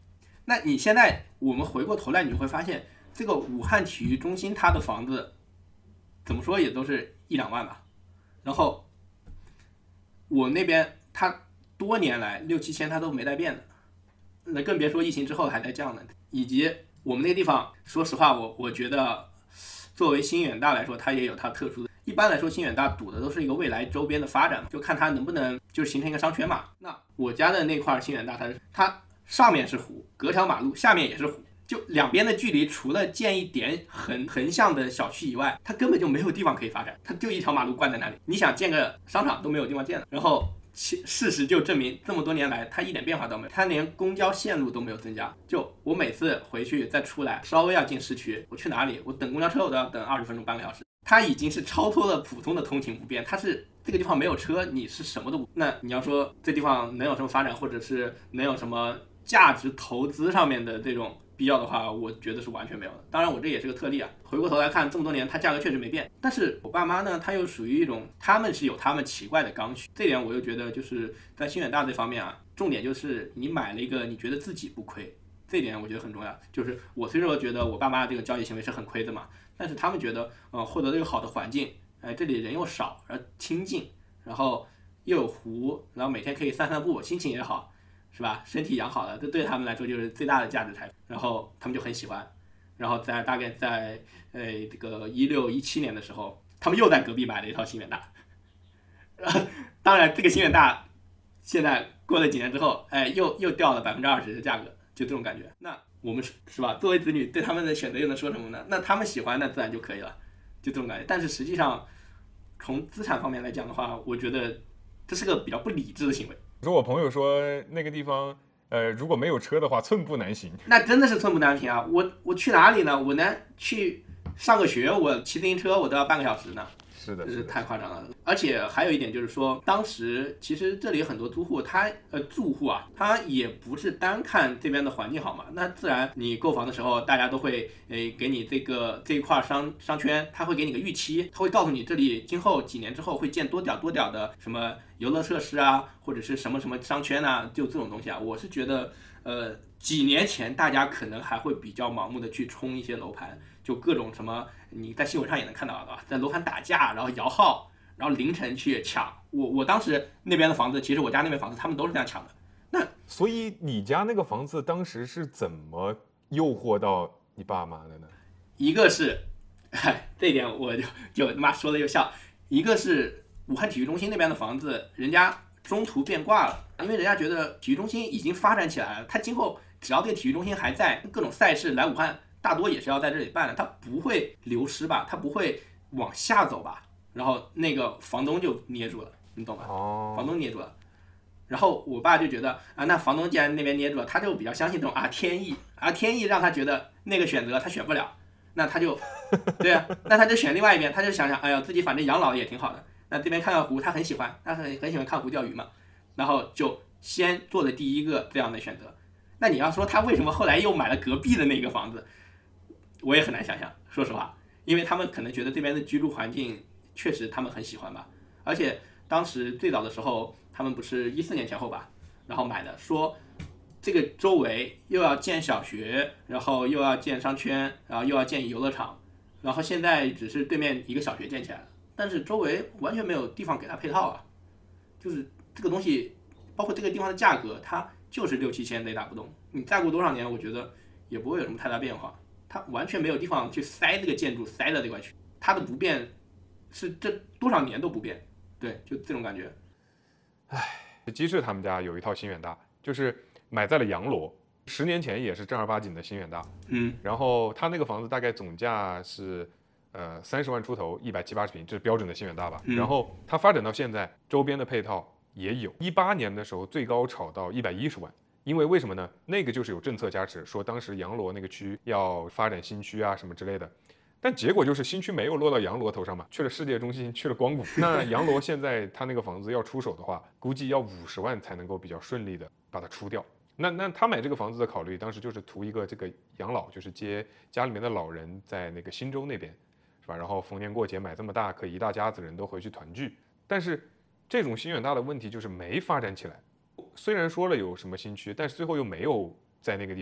那你现在我们回过头来，你就会发现，这个武汉体育中心它的房子，怎么说也都是1-2万吧。然后我那边它多年来6-7千它都没带变的，那更别说疫情之后还在降呢。以及我们那个地方，说实话，我觉得作为新远大来说，它也有它特殊的。一般来说，新远大赌的都是一个未来周边的发展，就看它能不能就是形成一个商圈嘛。那我家的那块新远大，它上面是湖，隔条马路，下面也是湖，就两边的距离，除了建一点横向的小区以外，它根本就没有地方可以发展，它就一条马路贯在那里。你想建个商场都没有地方建了。然后事实就证明，这么多年来它一点变化都没有，它连公交线路都没有增加。就我每次回去再出来，稍微要进市区，我去哪里，我等公交车我都要等20分钟半个小时。它已经是超脱了普通的通勤不便，它是这个地方没有车，你是什么都不。那你要说这地方能有什么发展，或者是能有什么价值投资上面的这种必要的话，我觉得是完全没有的。当然我这也是个特例啊，回过头来看这么多年它价格确实没变。但是我爸妈呢，他又属于一种，他们是有他们奇怪的刚需，这点我又觉得就是在新远大这方面啊，重点就是你买了一个你觉得自己不亏，这点我觉得很重要。就是我虽说觉得我爸妈这个交易行为是很亏的嘛，但是他们觉得获得了一个好的环境，这里人又少，然后清静，然后又有湖，然后每天可以散散步，心情也好，是吧？身体养好了，这对他们来说就是最大的价值财富。然后他们就很喜欢。然后大概在这个16、17年的时候，他们又在隔壁买了一套新远大。当然，这个新远大现在过了几年之后，又掉了20%的价格，就这种感觉。那我们是吧？作为子女，对他们的选择又能说什么呢？那他们喜欢，那自然就可以了，就这种感觉。但是实际上，从资产方面来讲的话，我觉得这是个比较不理智的行为。 说我朋友说那个地方，如果没有车的话，寸步难行。 那真的是寸步难行啊！我去哪里呢？我能去上个学，我骑自行车我都要半个小时呢。 是的， 这是太夸张了。而且还有一点就是说，当时其实这里很多住户啊，他也不是单看这边的环境好嘛，那自然你购房的时候，大家都会给你这一块商圈，他会给你个预期，他会告诉你这里今后几年之后会建多屌的什么游乐设施啊，或者是什么什么商圈啊，就这种东西啊。我是觉得几年前大家可能还会比较盲目的去冲一些楼盘，就各种什么你在新闻上也能看到的，在楼盘打架，然后摇号，然后凌晨去抢。我当时那边的房子，其实我家那边房子他们都是这样抢的。那所以你家那个房子当时是怎么诱惑到你爸妈的呢？ 一个是，这一点我就他妈说的又笑。一个是武汉体育中心那边的房子，人家中途变卦了，因为人家觉得体育中心已经发展起来了，他今后只要这个体育中心还在，各种赛事来武汉大多也是要在这里办的，它不会流失吧，它不会往下走吧。然后那个房东就捏住了，你懂吧？房东捏住了。然后我爸就觉得那房东既然那边捏住了，他就比较相信这种天意，天意让他觉得那个选择他选不了，那他就对啊，那他就选另外一边，他就想想，哎呀，自己反正养老也挺好的，那这边看看湖，他很喜欢，他很喜欢看湖钓鱼嘛，然后就先做了第一个这样的选择。那你要说他为什么后来又买了隔壁的那个房子，我也很难想象，说实话，因为他们可能觉得这边的居住环境确实他们很喜欢吧，而且当时最早的时候，他们不是14年前后吧，然后买的，说这个周围又要建小学，然后又要建商圈，然后又要建游乐场，然后现在只是对面一个小学建起来了，但是周围完全没有地方给它配套啊，就是这个东西，包括这个地方的价格，它就是6-7千雷打不动，你再过多少年，我觉得也不会有什么太大变化，它完全没有地方去塞这个建筑，塞到这块去，它的不变是这多少年都不变，对，就这种感觉。 鸡翅他们家有一套新远大，就是买在了洋罗，10年前也是正儿八经的新远大，然后他那个房子大概总价是30万出头，170-180平，这是标准的新远大吧。然后它发展到现在，周边的配套也有。18年的时候最高炒到110万，因为什么呢？那个就是有政策加持，说当时洋罗那个区要发展新区啊什么之类的。但结果就是新区没有落到洋罗头上嘛，去了世界中心，去了光谷。那洋罗现在他那个房子要出手的话，估计要50万才能够比较顺利的把它出掉。那他买这个房子的考虑，当时就是图一个这个养老，就是接家里面的老人在那个新州那边，是吧？然后逢年过节买这么大，可以一大家子人都回去团聚。但是这种新远大的问题就是没发展起来，虽然说了有什么新区，但是最后又没有在那个地方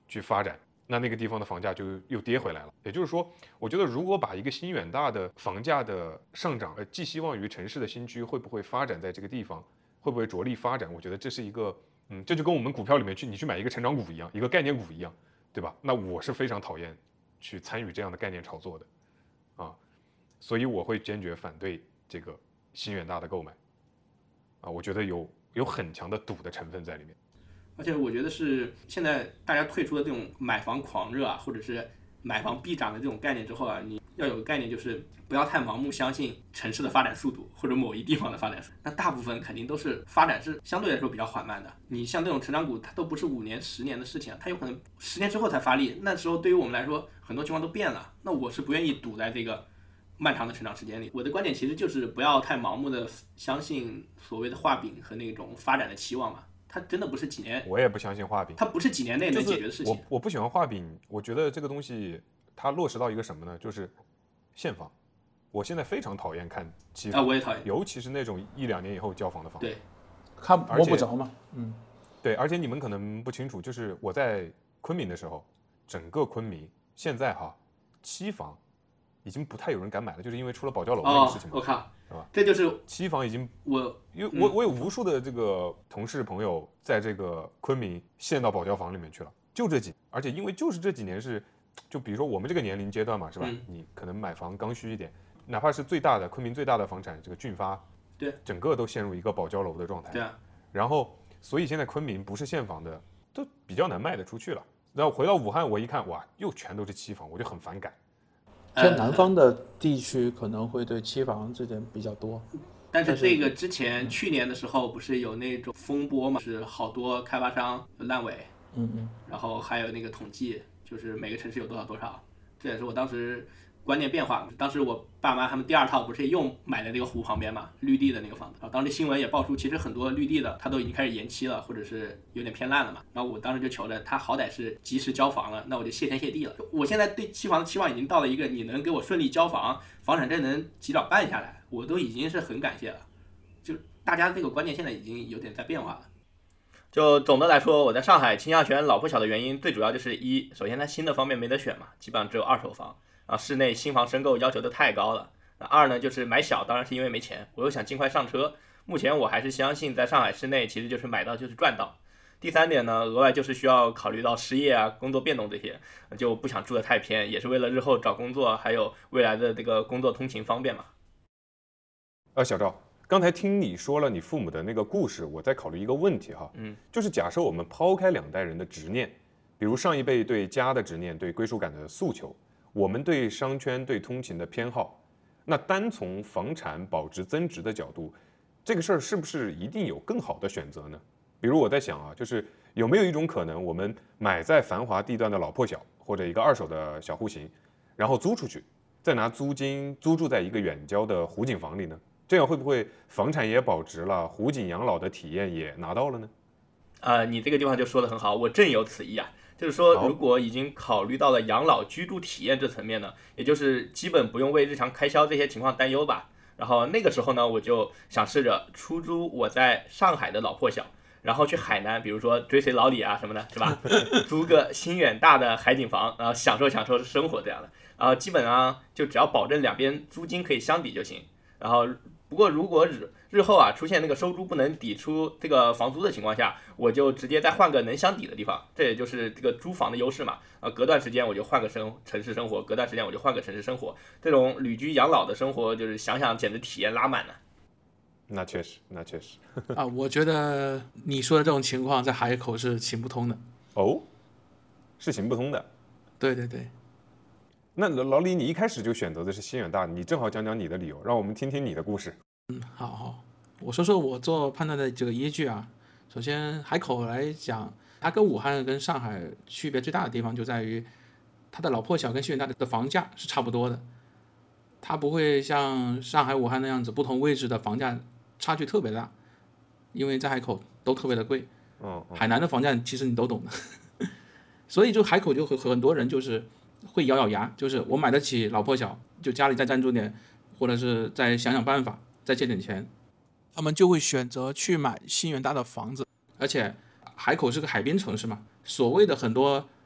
去发展，那个地方的房价就又跌回来了。也就是说，我觉得如果把一个新远大的房价的上涨，寄希望于城市的新区会不会发展在这个地方，会不会着力发展，我觉得这是一个，这就跟我们股票里面你去买一个成长股一样，一个概念股一样，对吧？那我是非常讨厌去参与这样的概念炒作的，所以我会坚决反对这个新远大的购买，我觉得有很强的赌的成分在里面。 而且我觉得是现在大家退出了这种买房狂热或者是买房必涨的这种概念之后你要有个概念，就是不要太盲目相信城市的发展速度或者某一地方的发展速度。那大部分肯定都是发展是相对来说比较缓慢的。你像这种成长股，它都不是5年、10年的事情，它有可能10年之后才发力。那时候对于我们来说，很多情况都变了。那我是不愿意赌在这个漫长的成长时间里。我的观点其实就是不要太盲目的相信所谓的画饼和那种发展的期望嘛。它真的不是几年， 我也不相信画饼， 它不是几年内能解决的事情。 我不喜欢画饼，我觉得这个东西它落实到一个什么呢？就是现房。我现在非常讨厌看期房， 我也讨厌， 尤其是那种1-2年以后交房的房。 对， 看摸不着嘛。 对，而且你们可能不清楚，就是我在昆明的时候，整个昆明现在期房已经不太有人敢买了，就是因为出了保交楼那个事情嘛。 我靠， 是吧？ 这就是期房已经因为我有无数的这个同事朋友在这个昆明陷到保交房里面去了，就这几，而且因为就是这几年就比如说我们这个年龄阶段嘛，是吧？你可能买房刚需一点，哪怕是昆明最大的房产这个俊发， 对， 整个都陷入一个保交楼的状态。 对啊， 然后所以现在昆明不是现房的都比较难卖得出去了。然后回到武汉，我一看，哇，又全都是期房，我就很反感。 偏南方的地区可能会对期房这点比较多。 但是这个之前去年的时候不是有那种风波嘛，是好多开发商烂尾，然后还有那个统计，就是每个城市有多少，这也是我当时观念变化。当时我爸妈他们第2套不是又买了那个湖旁边嘛，绿地的那个房子，然后当时新闻也爆出，其实很多绿地的它都已经开始延期了，或者是有点偏烂了嘛。然后我当时就求着他好歹是及时交房了，那我就谢天谢地了。我现在对期房的期望已经到了一个，你能给我顺利交房，房产证能及早办下来，我都已经是很感谢了。就大家这个观念现在已经有点在变化了。 就总的来说，我在上海倾向选老破小的原因，最主要就是首先它新的方面没得选嘛，基本上只有二手房，然后室内新房申购要求的太高了。2呢就是买小，当然是因为没钱，我又想尽快上车。目前我还是相信在上海市内其实就是买到就是赚到。第3点呢，额外就是需要考虑到失业啊、工作变动这些，就不想住得太偏，也是为了日后找工作，还有未来的这个工作通勤方便嘛。 小赵，刚才听你说了你父母的那个故事，我在考虑一个问题就是假设我们抛开2代人的执念，比如上一辈对家的执念、对归属感的诉求，我们对商圈、对通勤的偏好，那单从房产保值增值的角度，这个事儿是不是一定有更好的选择呢？比如我在想就是有没有一种可能，我们买在繁华地段的老破小，或者一个2手的小户型，然后租出去，再拿租金租住在一个远郊的湖景房里呢？这样会不会房产也保值了，湖景养老的体验也拿到了呢？ 你这个地方就说得很好，我正有此意啊。就是说，如果已经考虑到了养老居住体验这层面呢，也就是基本不用为日常开销这些情况担忧吧。然后那个时候呢，我就想试着出租我在上海的老破小，然后去海南，比如说追随老李啊什么的，是吧？租个新远大的海景房，然后享受生活这样的。然后基本上就只要保证两边租金可以相抵就行。然后不过如果日后出现那个收租不能抵出这个房租的情况下，我就直接再换个能相抵的地方，这也就是这个租房的优势嘛。隔段时间我就换个城市生活，隔段时间我就换个城市生活，这种旅居养老的生活，就是想想简直体验拉满了。 那确实我觉得你说的这种情况在海口是行不通的。 是行不通的。 对对对。 那老李，你一开始就选择的是新远大，你正好讲讲你的理由，让我们听听你的故事。 好，我说说我做判断的这个依据啊。首先，海口来讲，它跟武汉跟上海区别最大的地方就在于，它的老破小跟新远大的房价是差不多的，它不会像上海、武汉那样子不同位置的房价差距特别大，因为在海口都特别的贵。海南的房价其实你都懂的，所以就海口就很多人就是会咬牙，就是我买得起老破小，就家里再赞助点，或者是再想想办法，再借点钱，他们就会选择去买新远大的房子。而且海口是个海滨城市嘛，所谓的很多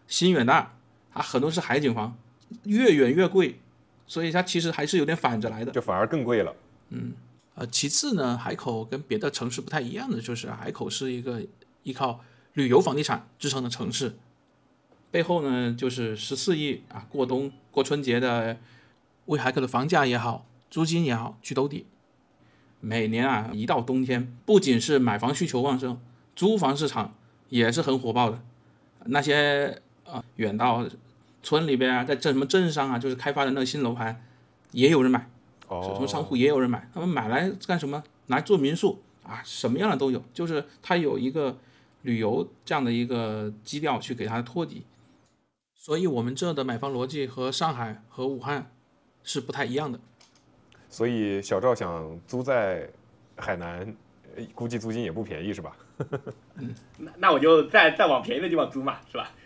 新远大它很多是海景房，越远越贵，所以它其实还是有点反着来的， 就反而更贵了。 其次呢，海口跟别的城市不太一样的就是海口是一个依靠旅游房地产支撑的城市，背后呢就是14亿啊，过冬过春节的为海口的房价也好，租金也好去兜底。每年啊一到冬天，不仅是买房需求旺盛，租房市场也是很火爆的。那些远到村里边啊，在什么镇上啊，就是开发的那个新楼盘，也有人买。什么商户也有人买，他们买来干什么？拿来做民宿啊，什么样的都有，就是它有一个旅游这样的一个基调去给它托底。所以我们这的买房逻辑和上海和武汉是不太一样的。 所以小赵想租在海南，估计租金也不便宜是吧？ 那我就再往便宜的地方租嘛，是吧？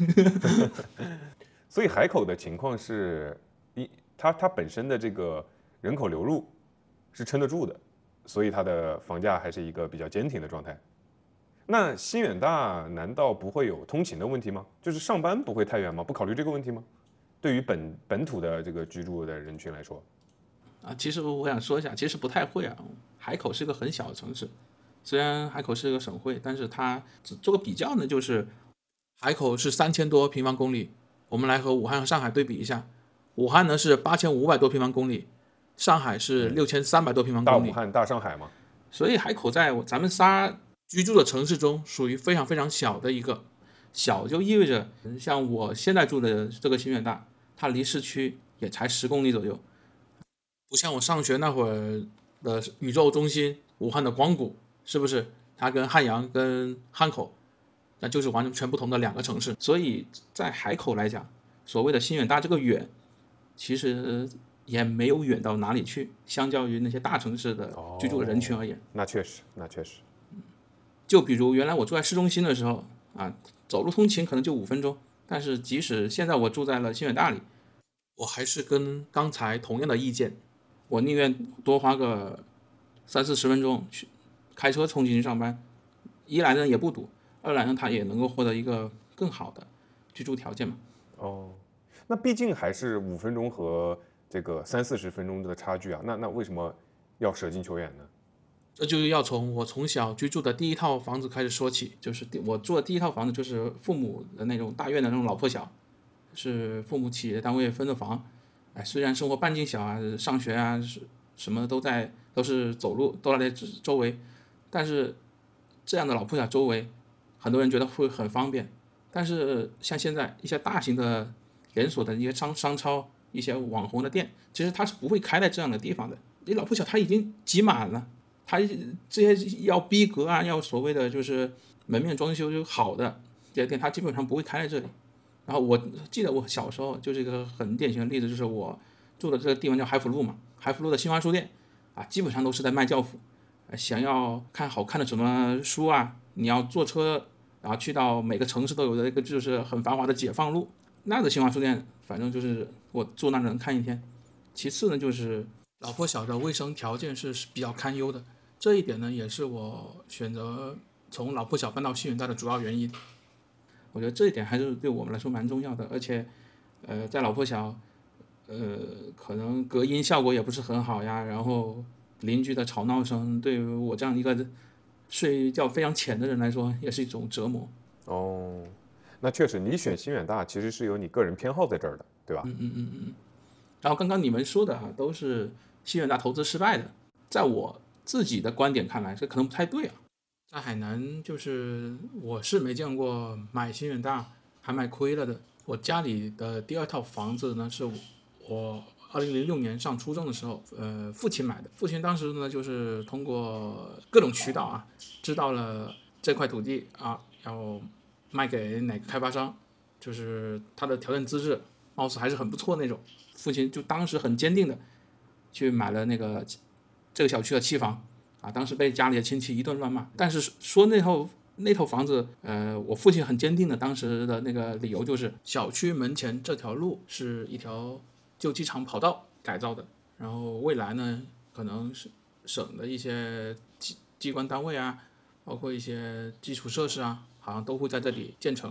所以海口的情况是，它本身的这个人口流入是撑得住的，所以它的房价还是一个比较坚挺的状态。那新远大难道不会有通勤的问题吗？就是上班不会太远吗？不考虑这个问题吗？对于本土的这个居住的人群来说， 其实我想说一下，其实不太会啊。海口是一个很小的城市，虽然海口是一个省会，但是它只做个比较呢，就是海口是3000多平方公里，我们来和武汉和上海对比一下。武汉呢是8500多平方公里，上海是6300多平方公里。 大武汉、大上海嘛。 所以海口在咱们仨居住的城市中，属于非常非常小的一个。小就意味着，像我现在住的这个新远大，它离市区也才10公里左右，不像我上学那会儿的宇宙中心武汉的光谷，是不是？它跟汉阳、跟汉口，那就是完全不同的2个城市。所以在海口来讲，所谓的新远大这个远，其实也没有远到哪里去，相较于那些大城市的居住的人群而言。 那确实。 就比如原来我住在市中心的时候啊，走路通勤可能就5分钟，但是即使现在我住在了新远大里，我还是跟刚才同样的意见，我宁愿多花个30-40分钟去开车通勤上班，一来呢也不堵，二来呢它也能够获得一个更好的居住条件嘛。 那毕竟还是5分钟和这个30-40分钟的差距啊，那为什么要舍近求远呢？ 这就要从我从小居住的第一套房子开始说起，就是我住的第一套房子就是父母的那种大院的那种老破小，是父母企业单位分的房。虽然生活半径小啊，上学啊什么都是走路都在周围，但是这样的老破小周围，很多人觉得会很方便。但是像现在一些大型的连锁的一些商超、一些网红的店，其实它是不会开在这样的地方的。你老破小它已经挤满了。它这些要逼格啊，要所谓的就是门面装修就好的这些店，它基本上不会开在这里。然后我记得我小时候就是一个很典型的例子，就是我住的这个地方叫海辅路嘛，海辅路的新华书店啊，基本上都是在卖教辅。想要看好看的什么书啊，你要坐车，然后去到每个城市都有的一个就是很繁华的解放路，那个新华书店，反正就是我住那能看一天。其次呢，就是老破小的卫生条件是比较堪忧的。这一点呢，也是我选择从老破小搬到新远大的主要原因。我觉得这一点还是对我们来说蛮重要的，而且，在老破小，可能隔音效果也不是很好呀，然后邻居的吵闹声，对于我这样一个睡觉非常浅的人来说，也是一种折磨。 那确实，你选新远大其实是有你个人偏好在这儿的，对吧？ 然后刚刚你们说的都是新远大投资失败的，在我自己的观点看来，这可能不太对啊。在海南，就是我是没见过买新远大还卖亏了的。我家里的第2套房子呢，是我2006年上初中的时候，父亲买的。父亲当时呢，就是通过各种渠道啊，知道了这块土地啊要卖给哪个开发商，就是他的条件资质貌似还是很不错那种。父亲就当时很坚定的去买了这个小区的期房啊，当时被家里的亲戚一顿乱骂。但是说那套房子，我父亲很坚定的当时的那个理由就是小区门前这条路是一条旧机场跑道改造的，然后未来呢可能是省的一些机关单位啊，包括一些基础设施啊，好像都会在这里建成。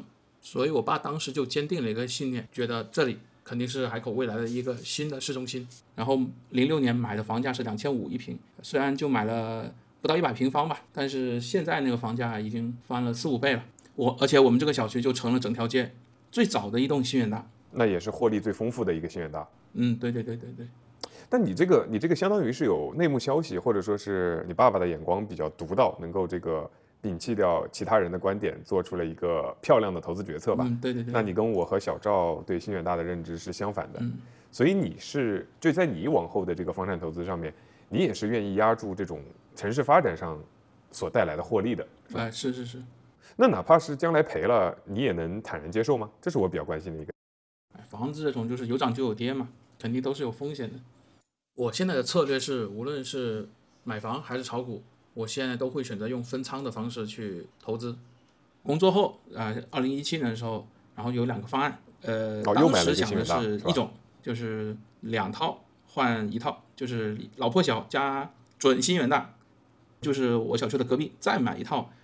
所以我爸当时就坚定了一个信念，觉得这里肯定是海口未来的一个新的市中心。然后06年买的房价是2500一平，虽然就买了不到100平方吧，但是现在那个房价已经翻了4-5倍了。而且我们这个小区就成了整条街最早的一栋新远大， 那也是获利最丰富的一个新远大。 对。 但你这个相当于是有内幕消息，或者说是你爸爸的眼光比较独到，能够这个摒弃掉其他人的观点，做出了一个漂亮的投资决策吧？ 对。 那你跟我和小赵对新远大的认知是相反的，所以就在你往后的这个房产投资上面，你也是愿意压住这种城市发展上所带来的获利的。 是。 那哪怕是将来赔了，你也能坦然接受吗？这是我比较关心的一个。 房子这种就是有涨就有跌嘛，肯定都是有风险的。我现在的策略是，无论是买房还是炒股，我现在都会选择用分仓的方式去投资。工作后2017年的时候，然后有2个方案，当时想的是一种就是2套换1套，就是老破小加准新远大，就是我小区的隔壁，再买一套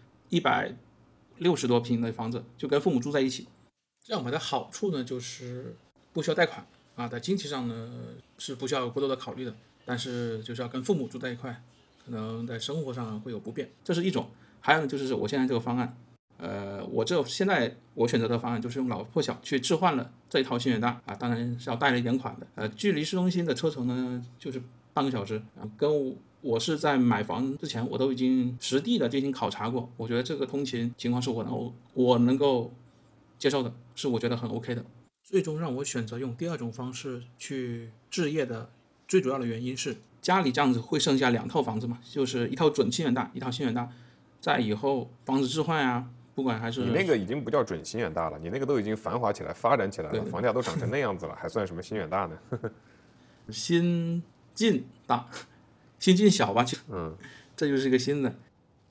160多平的房子，就跟父母住在一起。这样买的好处呢，就是不需要贷款在经济上呢是不需要有过多的考虑的，但是就是要跟父母住在一块，可能在生活上会有不便，这是一种。还有呢，就是我现在这个方案，现在我选择的方案就是用老破小去置换了这一套新远大当然是要贷了一点款的。距离市中心的车程呢就是半个小时，跟我是在买房之前我都已经实地的进行考察过，我觉得这个通勤情况是我能够接受的，是我觉得很 OK 的。最终让我选择用第2种方式去置业的最主要的原因是，家里这样子会剩下2套房子嘛，就是一套准新远大，一套新远大，在以后房子置换不管还是你那个已经不叫准新远大了，你那个都已经繁华起来、发展起来了， 对房价都涨成那样子了，还算什么新远大呢？ 新进大，新进小吧，这就是一个新的。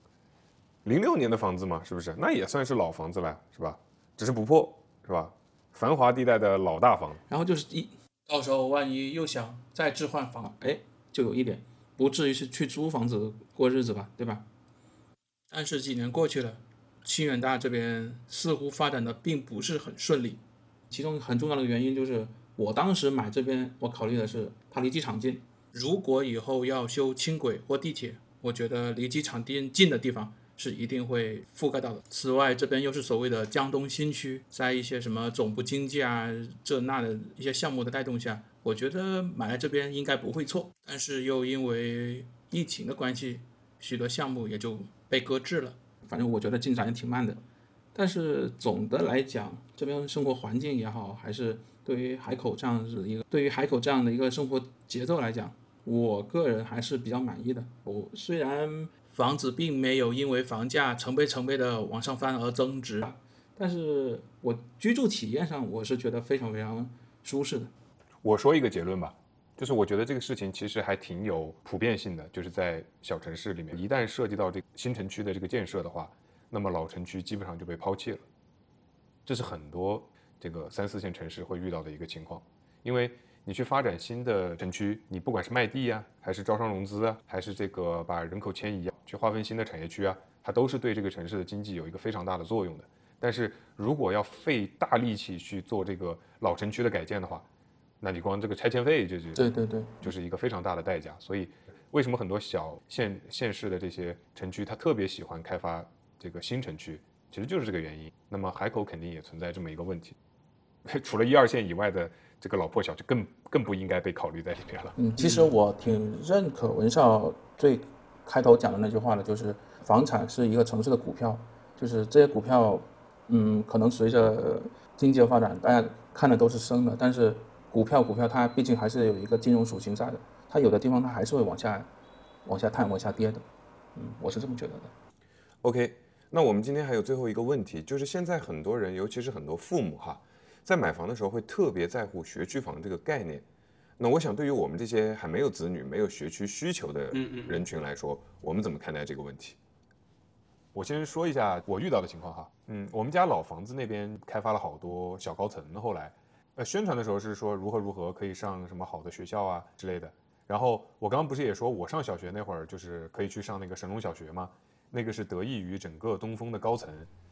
06年的房子嘛，是不是？那也算是老房子了，是吧？只是不破，是吧？繁华地带的老大房。 然后就是到时候万一又想再置换房，就有一点不至于是去租房子过日子吧，对吧？但是几年过去了，新远大这边似乎发展的并不是很顺利，其中很重要的原因就是我当时买这边，我考虑的是它离机场近，如果以后要修轻轨或地铁，我觉得离机场近的地方是一定会覆盖到的。此外，这边又是所谓的江东新区，在一些什么总部经济这那的一些项目的带动下，我觉得买来这边应该不会错。但是又因为疫情的关系，许多项目也就被搁置了。反正我觉得进展也挺慢的。但是总的来讲，这边生活环境也好，还是对于海口这样的一个生活节奏来讲，我个人还是比较满意的。虽然房子并没有因为房价成倍的往上翻而增值，但是我居住体验上我是觉得非常非常舒适的。 我说一个结论吧，就是我觉得这个事情其实还挺有普遍性的，就是在小城市里面，一旦涉及到这个新城区的这个建设的话，那么老城区基本上就被抛弃了。这是很多这个3、4线城市会遇到的一个情况，因为你去发展新的城区，你不管是卖地还是招商融资还是这个把人口迁移去划分新的产业区它都是对这个城市的经济有一个非常大的作用的。但是如果要费大力气去做这个老城区的改建的话，那你光这个拆迁费就是一个非常大的代价。所以为什么很多小县市的这些城区它特别喜欢开发这个新城区，其实就是这个原因。那么海口肯定也存在这么一个问题，除了1、2线以外的这个老破小就更不应该被考虑在里面了。 其实我挺认可文少最开头讲的那句话的，就是房产是一个城市的股票，就是这些股票可能随着经济的发展，大家看的都是升的，但是股票它毕竟还是有一个金融属性在的，它有的地方它还是会往下探、往下跌的。我是这么觉得的。 OK， 那我们今天还有最后一个问题，就是现在很多人，尤其是很多父母在买房的时候会特别在乎学区房这个概念。那我想对于我们这些还没有子女、没有学区需求的人群来说，我们怎么看待这个问题？我先说一下我遇到的情况我们家老房子那边开发了好多小高层，后来宣传的时候是说如何可以上什么好的学校之类的。然后我刚刚不是也说我上小学那会儿就是可以去上那个神龙小学吗？那个是得益于整个东风的高层，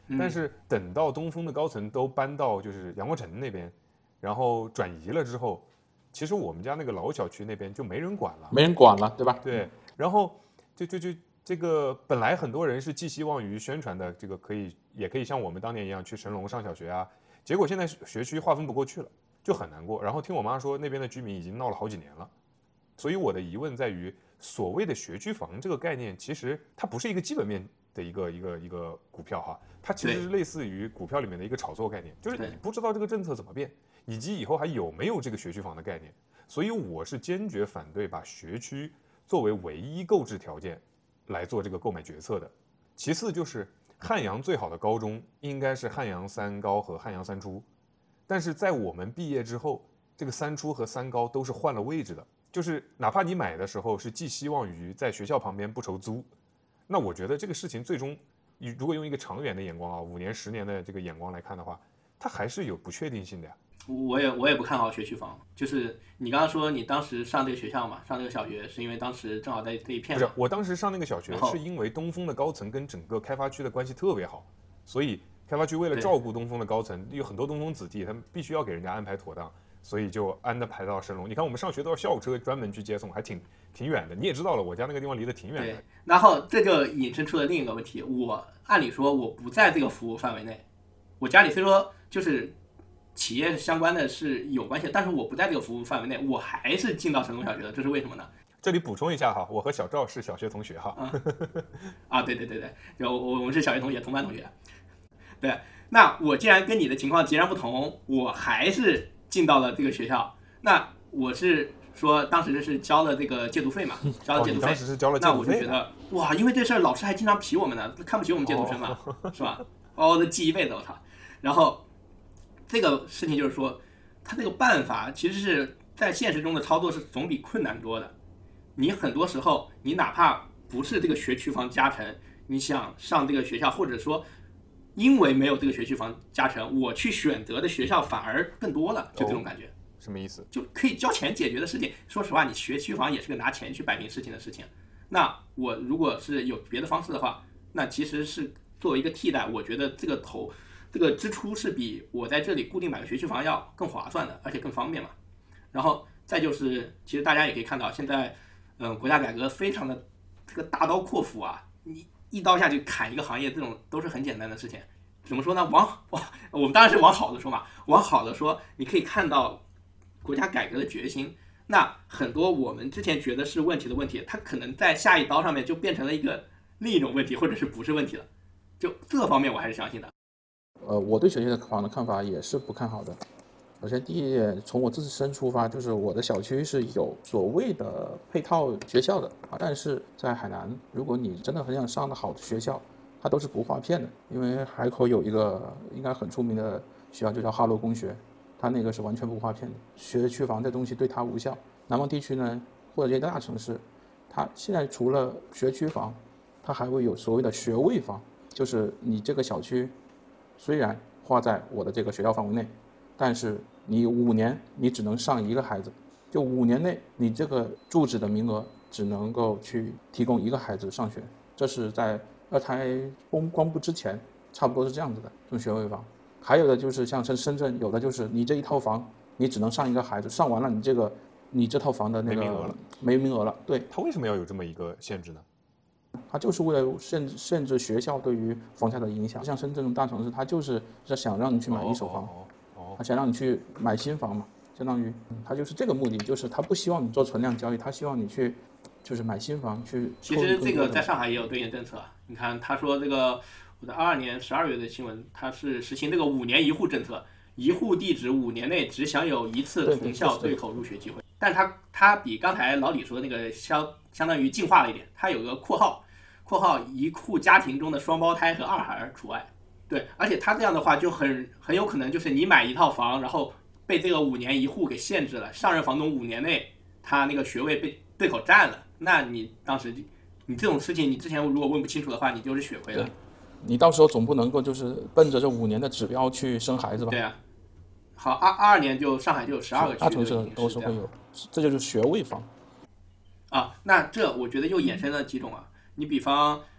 但是等到东风的高层都搬到就是阳光城那边，然后转移了之后，其实我们家那个老小区那边就没人管了， 没人管了，对吧？ 对，然后就这个本来很多人是寄希望于宣传的，这个也可以像我们当年一样去神龙上小学啊，结果现在学区划分不过去了，就很难过。然后听我妈说，那边的居民已经闹了好几年了，所以我的疑问在于，所谓的学区房这个概念，其实它不是一个基本面的一个股票哈，它其实是类似于股票里面的一个炒作概念，就是你不知道这个政策怎么变，以及以后还有没有这个学区房的概念。所以我是坚决反对把学区作为唯一购置条件来做这个购买决策的。其次就是汉阳最好的高中应该是汉阳三高和汉阳三初，但是在我们毕业之后，这个三初和三高都是换了位置的，就是哪怕你买的时候是寄希望于在学校旁边不愁租，那我觉得这个事情最终，如果用一个长远的眼光啊，5年10年的这个眼光来看的话，它还是有不确定性的呀。 我也不看好学区房，就是你刚刚说你当时上这个学校嘛，上这个小学是因为当时正好在这一片。 不是，我当时上那个小学是因为东风的高层跟整个开发区的关系特别好，所以开发区为了照顾东风的高层，有很多东风子弟，他们必须要给人家安排妥当，所以就安排到神龙。你看我们上学都要校车专门去接送，还挺远的。你也知道了，我家那个地方离得挺远的。 对，然后这就引申出了另一个问题，我按理说我不在这个服务范围内，我家里虽说就是企业相关的是有关系，但是我不在这个服务范围内，我还是进到神龙小学的，这是为什么呢？ 这里补充一下哈，我和小赵是小学同学哈。 对，就我们是小学同学，同班同学。对，那我既然跟你的情况截然不同，我还是进到了这个学校，那我是说当时是交了这个借读费嘛，交了借读费。 当时是交了借读费。 那我就觉得哇，因为这事儿老师还经常批我们呢，看不起我们借读生嘛，是吧？把我都记一辈子，我操！然后这个事情就是说，他这个办法其实是在现实中的操作是总比困难多的。你很多时候，你哪怕不是这个学区房加成，你想上这个学校，或者说因为没有这个学区房加成，我去选择的学校反而更多了，就这种感觉。 什么意思？ 就可以交钱解决的事情。说实话，你学区房也是个拿钱去摆平事情的事情。那我如果是有别的方式的话，那其实是作为一个替代，我觉得这个支出是比我在这里固定买个学区房要更划算的，而且更方便嘛。然后再就是，其实大家也可以看到，现在国家改革非常的这个大刀阔斧啊，你一刀下去砍一个行业，这种都是很简单的事情。怎么说呢？我们当然是往好的说嘛，往好的说，你可以看到国家改革的决心。那很多我们之前觉得是问题的问题，它可能在下一刀上面就变成了一个另一种问题，或者是不是问题了。就这个方面我还是相信的。 我对学区房的看法也是不看好的。首先第一点，从我自身出发，就是我的小区是有所谓的配套学校的啊，但是在海南，如果你真的很想上的好的学校，它都是不划片的。因为海口有一个应该很出名的学校，就叫哈罗公学，它那个是完全不划片的，学区房这东西对它无效。南方地区呢，或者这些大城市，它现在除了学区房，它还会有所谓的学位房，就是你这个小区虽然划在我的这个学校范围内，但是你5年你只能上一个孩子，就5年内你这个住址的名额只能够去提供一个孩子上学，这是在2胎公布之前差不多是这样子的这种学位房。还有的就是像深圳，有的就是你这一套房你只能上一个孩子，上完了你这套房的那个没名额了。对， 他为什么要有这么一个限制呢？ 它就是为了限制学校对于房价的影响。像深圳这种大城市，它就是想让你去买一手房，他想让你去买新房嘛，相当于他就是这个目的，就是他不希望你做存量交易，他希望你去就是买新房去。 其实这个在上海也有对应政策，你看他说这个我在22年12月的新闻，他是实行这个5年一户政策，一户地址5年内只享有1次同校对口入学机会。但他比刚才老李说的那个相当于进化了一点，他有个括号一户家庭中的双胞胎和2孩除外。对，而且他这样的话就很有可能就是你买一套房，然后被这个5年一户给限制了，上任房东5年内他那个学位被对口占了，那你当时你这种事情你之前如果问不清楚的话，你就是血亏了。 你到时候总不能够就是奔着这5年的指标去生孩子吧？ 对啊。好，22年就上海就有12个区， 大城市都是会有，这就是学位房啊。那这我觉得又衍生了几种啊。你比方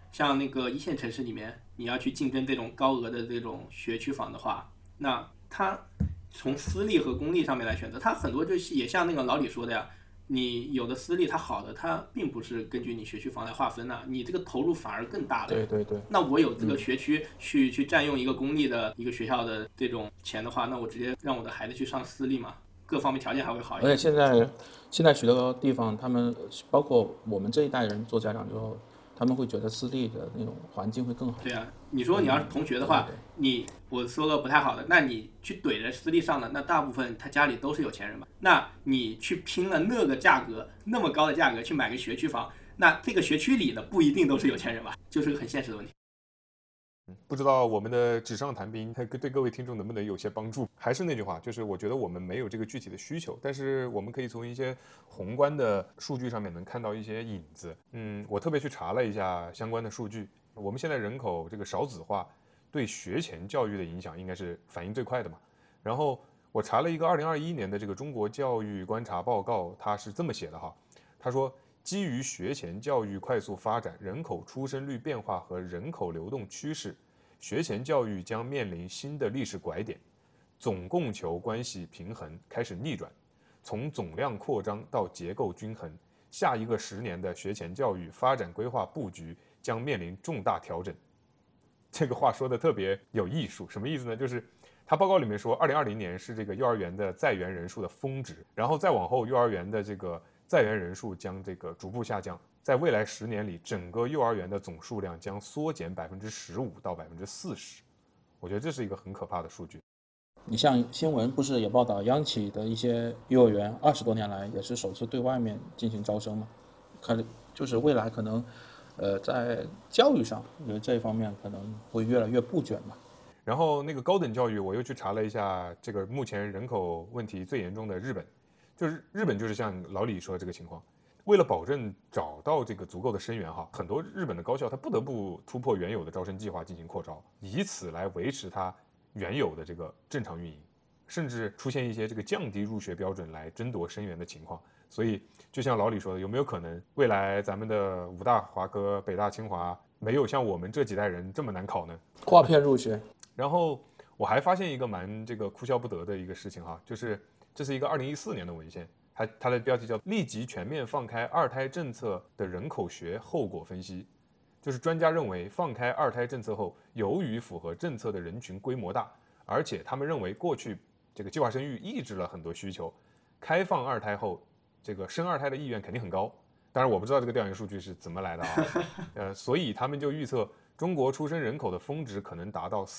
像那个一线城市里面，你要去竞争这种高额的这种学区房的话，那它从私立和公立上面来选择，它很多就是也像那个老李说的呀，你有的私立它好的，它并不是根据你学区房来划分的，你这个投入反而更大了。 对对对。 那我有这个学区去占用一个公立的一个学校的这种钱的话，那我直接让我的孩子去上私立嘛，各方面条件还会好一点。 而且现在许多地方，他们包括我们这一代人做家长之后，他们会觉得私立的那种环境会更好。 对啊，你说你要是同学的话，我说个不太好的，那你去怼着私立上的，那大部分他家里都是有钱人嘛。那你去拼了那个价格，那么高的价格去买个学区房，那这个学区里的不一定都是有钱人吧，就是个很现实的问题。 不知道我们的纸上谈兵对各位听众能不能有些帮助？还是那句话，就是我觉得我们没有这个具体的需求，但是我们可以从一些宏观的数据上面能看到一些影子。我特别去查了一下相关的数据，我们现在人口这个少子化对学前教育的影响应该是反应最快的嘛。然后我查了一个2021年的这个中国教育观察报告，它是这么写的哈，他说，基于学前教育快速发展、人口出生率变化和人口流动趋势，学前教育将面临新的历史拐点，总供求关系平衡开始逆转，从总量扩张到结构均衡，下一个10年的学前教育发展规划布局将面临重大调整。这个话说的特别有艺术，什么意思呢？就是他报告里面说，2020年是这个幼儿园的在园人数的峰值，然后再往后，幼儿园的这个在园人数将这个逐步下降，在未来10年里，整个幼儿园的总数量将缩减15%到40%。我觉得这是一个很可怕的数据。 你像新闻不是也报道，央企的一些幼儿园20多年来也是首次对外面进行招生嘛，就是未来可能，在教育上，我觉得这一方面可能会越来越不卷嘛。 然后那个高等教育，我又去查了一下，这个目前人口问题最严重的日本，就是日本就是像老李说的这个情况，为了保证找到这个足够的生源哈，很多日本的高校它不得不突破原有的招生计划进行扩招，以此来维持它原有的这个正常运营，甚至出现一些这个降低入学标准来争夺生源的情况。所以就像老李说的，有没有可能未来咱们的武大、华科、北大、清华没有像我们这几代人这么难考呢？ 划片入学。 然后我还发现一个蛮这个哭笑不得的一个事情哈，就是这是一个2014年的文献，它的标题叫立即全面放开二胎政策的人口学后果分析。就是专家认为放开二胎政策后，由于符合政策的人群规模大，而且他们认为过去这个计划生育抑制了很多需求，开放二胎后这个生二胎的意愿肯定很高。当然我不知道这个调研数据是怎么来的啊，所以他们就预测中国出生人口的峰值可能达到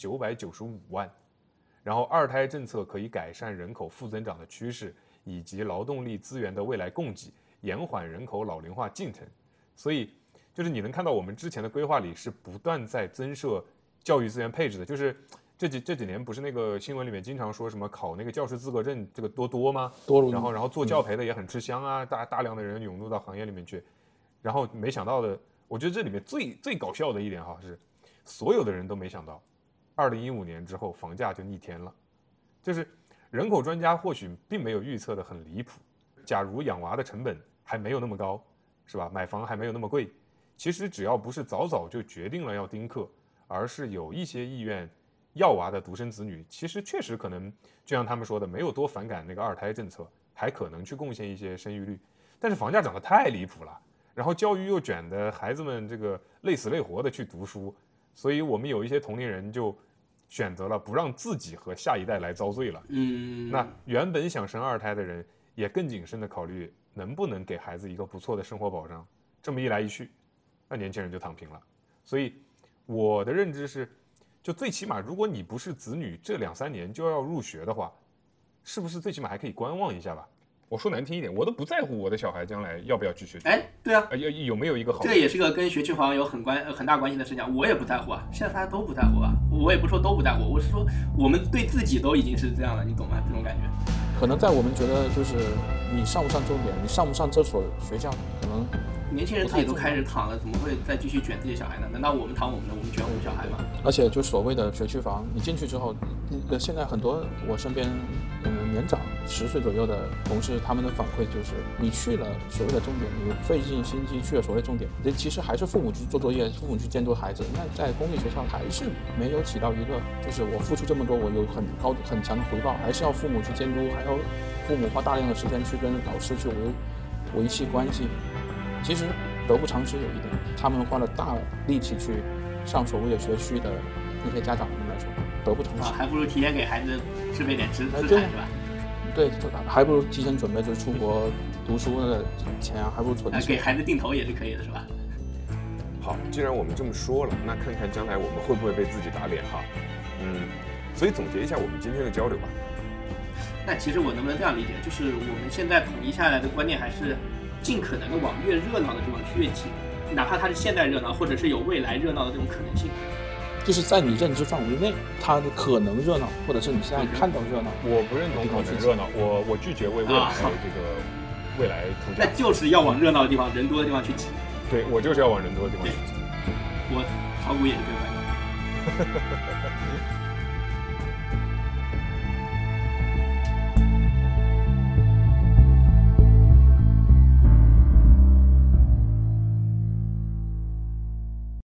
4995万，然后二胎政策可以改善人口负增长的趋势以及劳动力资源的未来供给，延缓人口老龄化进程。所以就是你能看到我们之前的规划里是不断在增设教育资源配置的，就是这几年不是那个新闻里面经常说什么考那个教师资格证这个多吗？然后做教培的也很吃香啊，大量的人涌入到行业里面去，然后没想到的，我觉得这里面最搞笑的一点哈是，所有的人都没想到，2015年之后房价就逆天了，就是人口专家或许并没有预测的很离谱，假如养娃的成本还没有那么高，是吧？买房还没有那么贵，其实只要不是早就决定了要丁克，而是有一些意愿要娃的独生子女，其实确实可能就像他们说的，没有多反感那个二胎政策，还可能去贡献一些生育率。但是房价涨得太离谱了，然后教育又卷的孩子们这个累死累活的去读书，所以我们有一些同龄人就选择了不让自己和下一代来遭罪了。那原本想生二胎的人也更谨慎的考虑能不能给孩子一个不错的生活保障。这么一来一去，那年轻人就躺平了。所以我的认知是，就最起码如果你不是子女这2-3年就要入学的话，是不是最起码还可以观望一下吧？我说难听一点，我都不在乎我的小孩将来要不要去学区。 对啊， 有没有一个好的？ 这个也是个跟学区房有很大关系的事情，我也不在乎啊，现在大家都不在乎啊，我也不说都不在乎，我是说我们对自己都已经是这样了，你懂吗？这种感觉。 可能在我们觉得就是你上不上重点，你上不上这所学校，可能年轻人自己都开始躺了，怎么会再继续卷自己小孩呢？难道我们躺我们的，我们卷我们小孩吗？ 而且就所谓的学区房，你进去之后，现在很多我身边年长10岁左右的同事，他们的反馈就是，你去了所谓的重点，你费尽心机去了所谓重点，这其实还是父母去做作业，父母去监督孩子。那在公立学校还是没有起到一个，就是我付出这么多，我有很强的回报，还是要父母去监督，还要父母花大量的时间去跟老师去维系关系。其实得不偿失有一点，他们花了大力气去上所谓的学区的那些家长们来说，得不偿失， 还不如提前给孩子支配点资产，是吧？ 对，还不如提前准备，就是出国读书的钱啊，还不如存钱。 给孩子定投也是可以的，是吧？ 好，既然我们这么说了，那看看将来我们会不会被自己打脸哈？所以总结一下我们今天的交流吧。 那其实我能不能这样理解，就是我们现在统一下来的观念还是尽可能的往越热闹的地方去跃起，哪怕它是现代热闹，或者是有未来热闹的这种可能性。 就是在你认知范围内，它的可能热闹，或者是你现在看到热闹。 我不认同可能热闹，我拒绝为未来这个未来涂鸦。 那就是要往热闹的地方、人多的地方去挤。 对，我就是要往人多的地方去挤。 我炒股也是这个观点。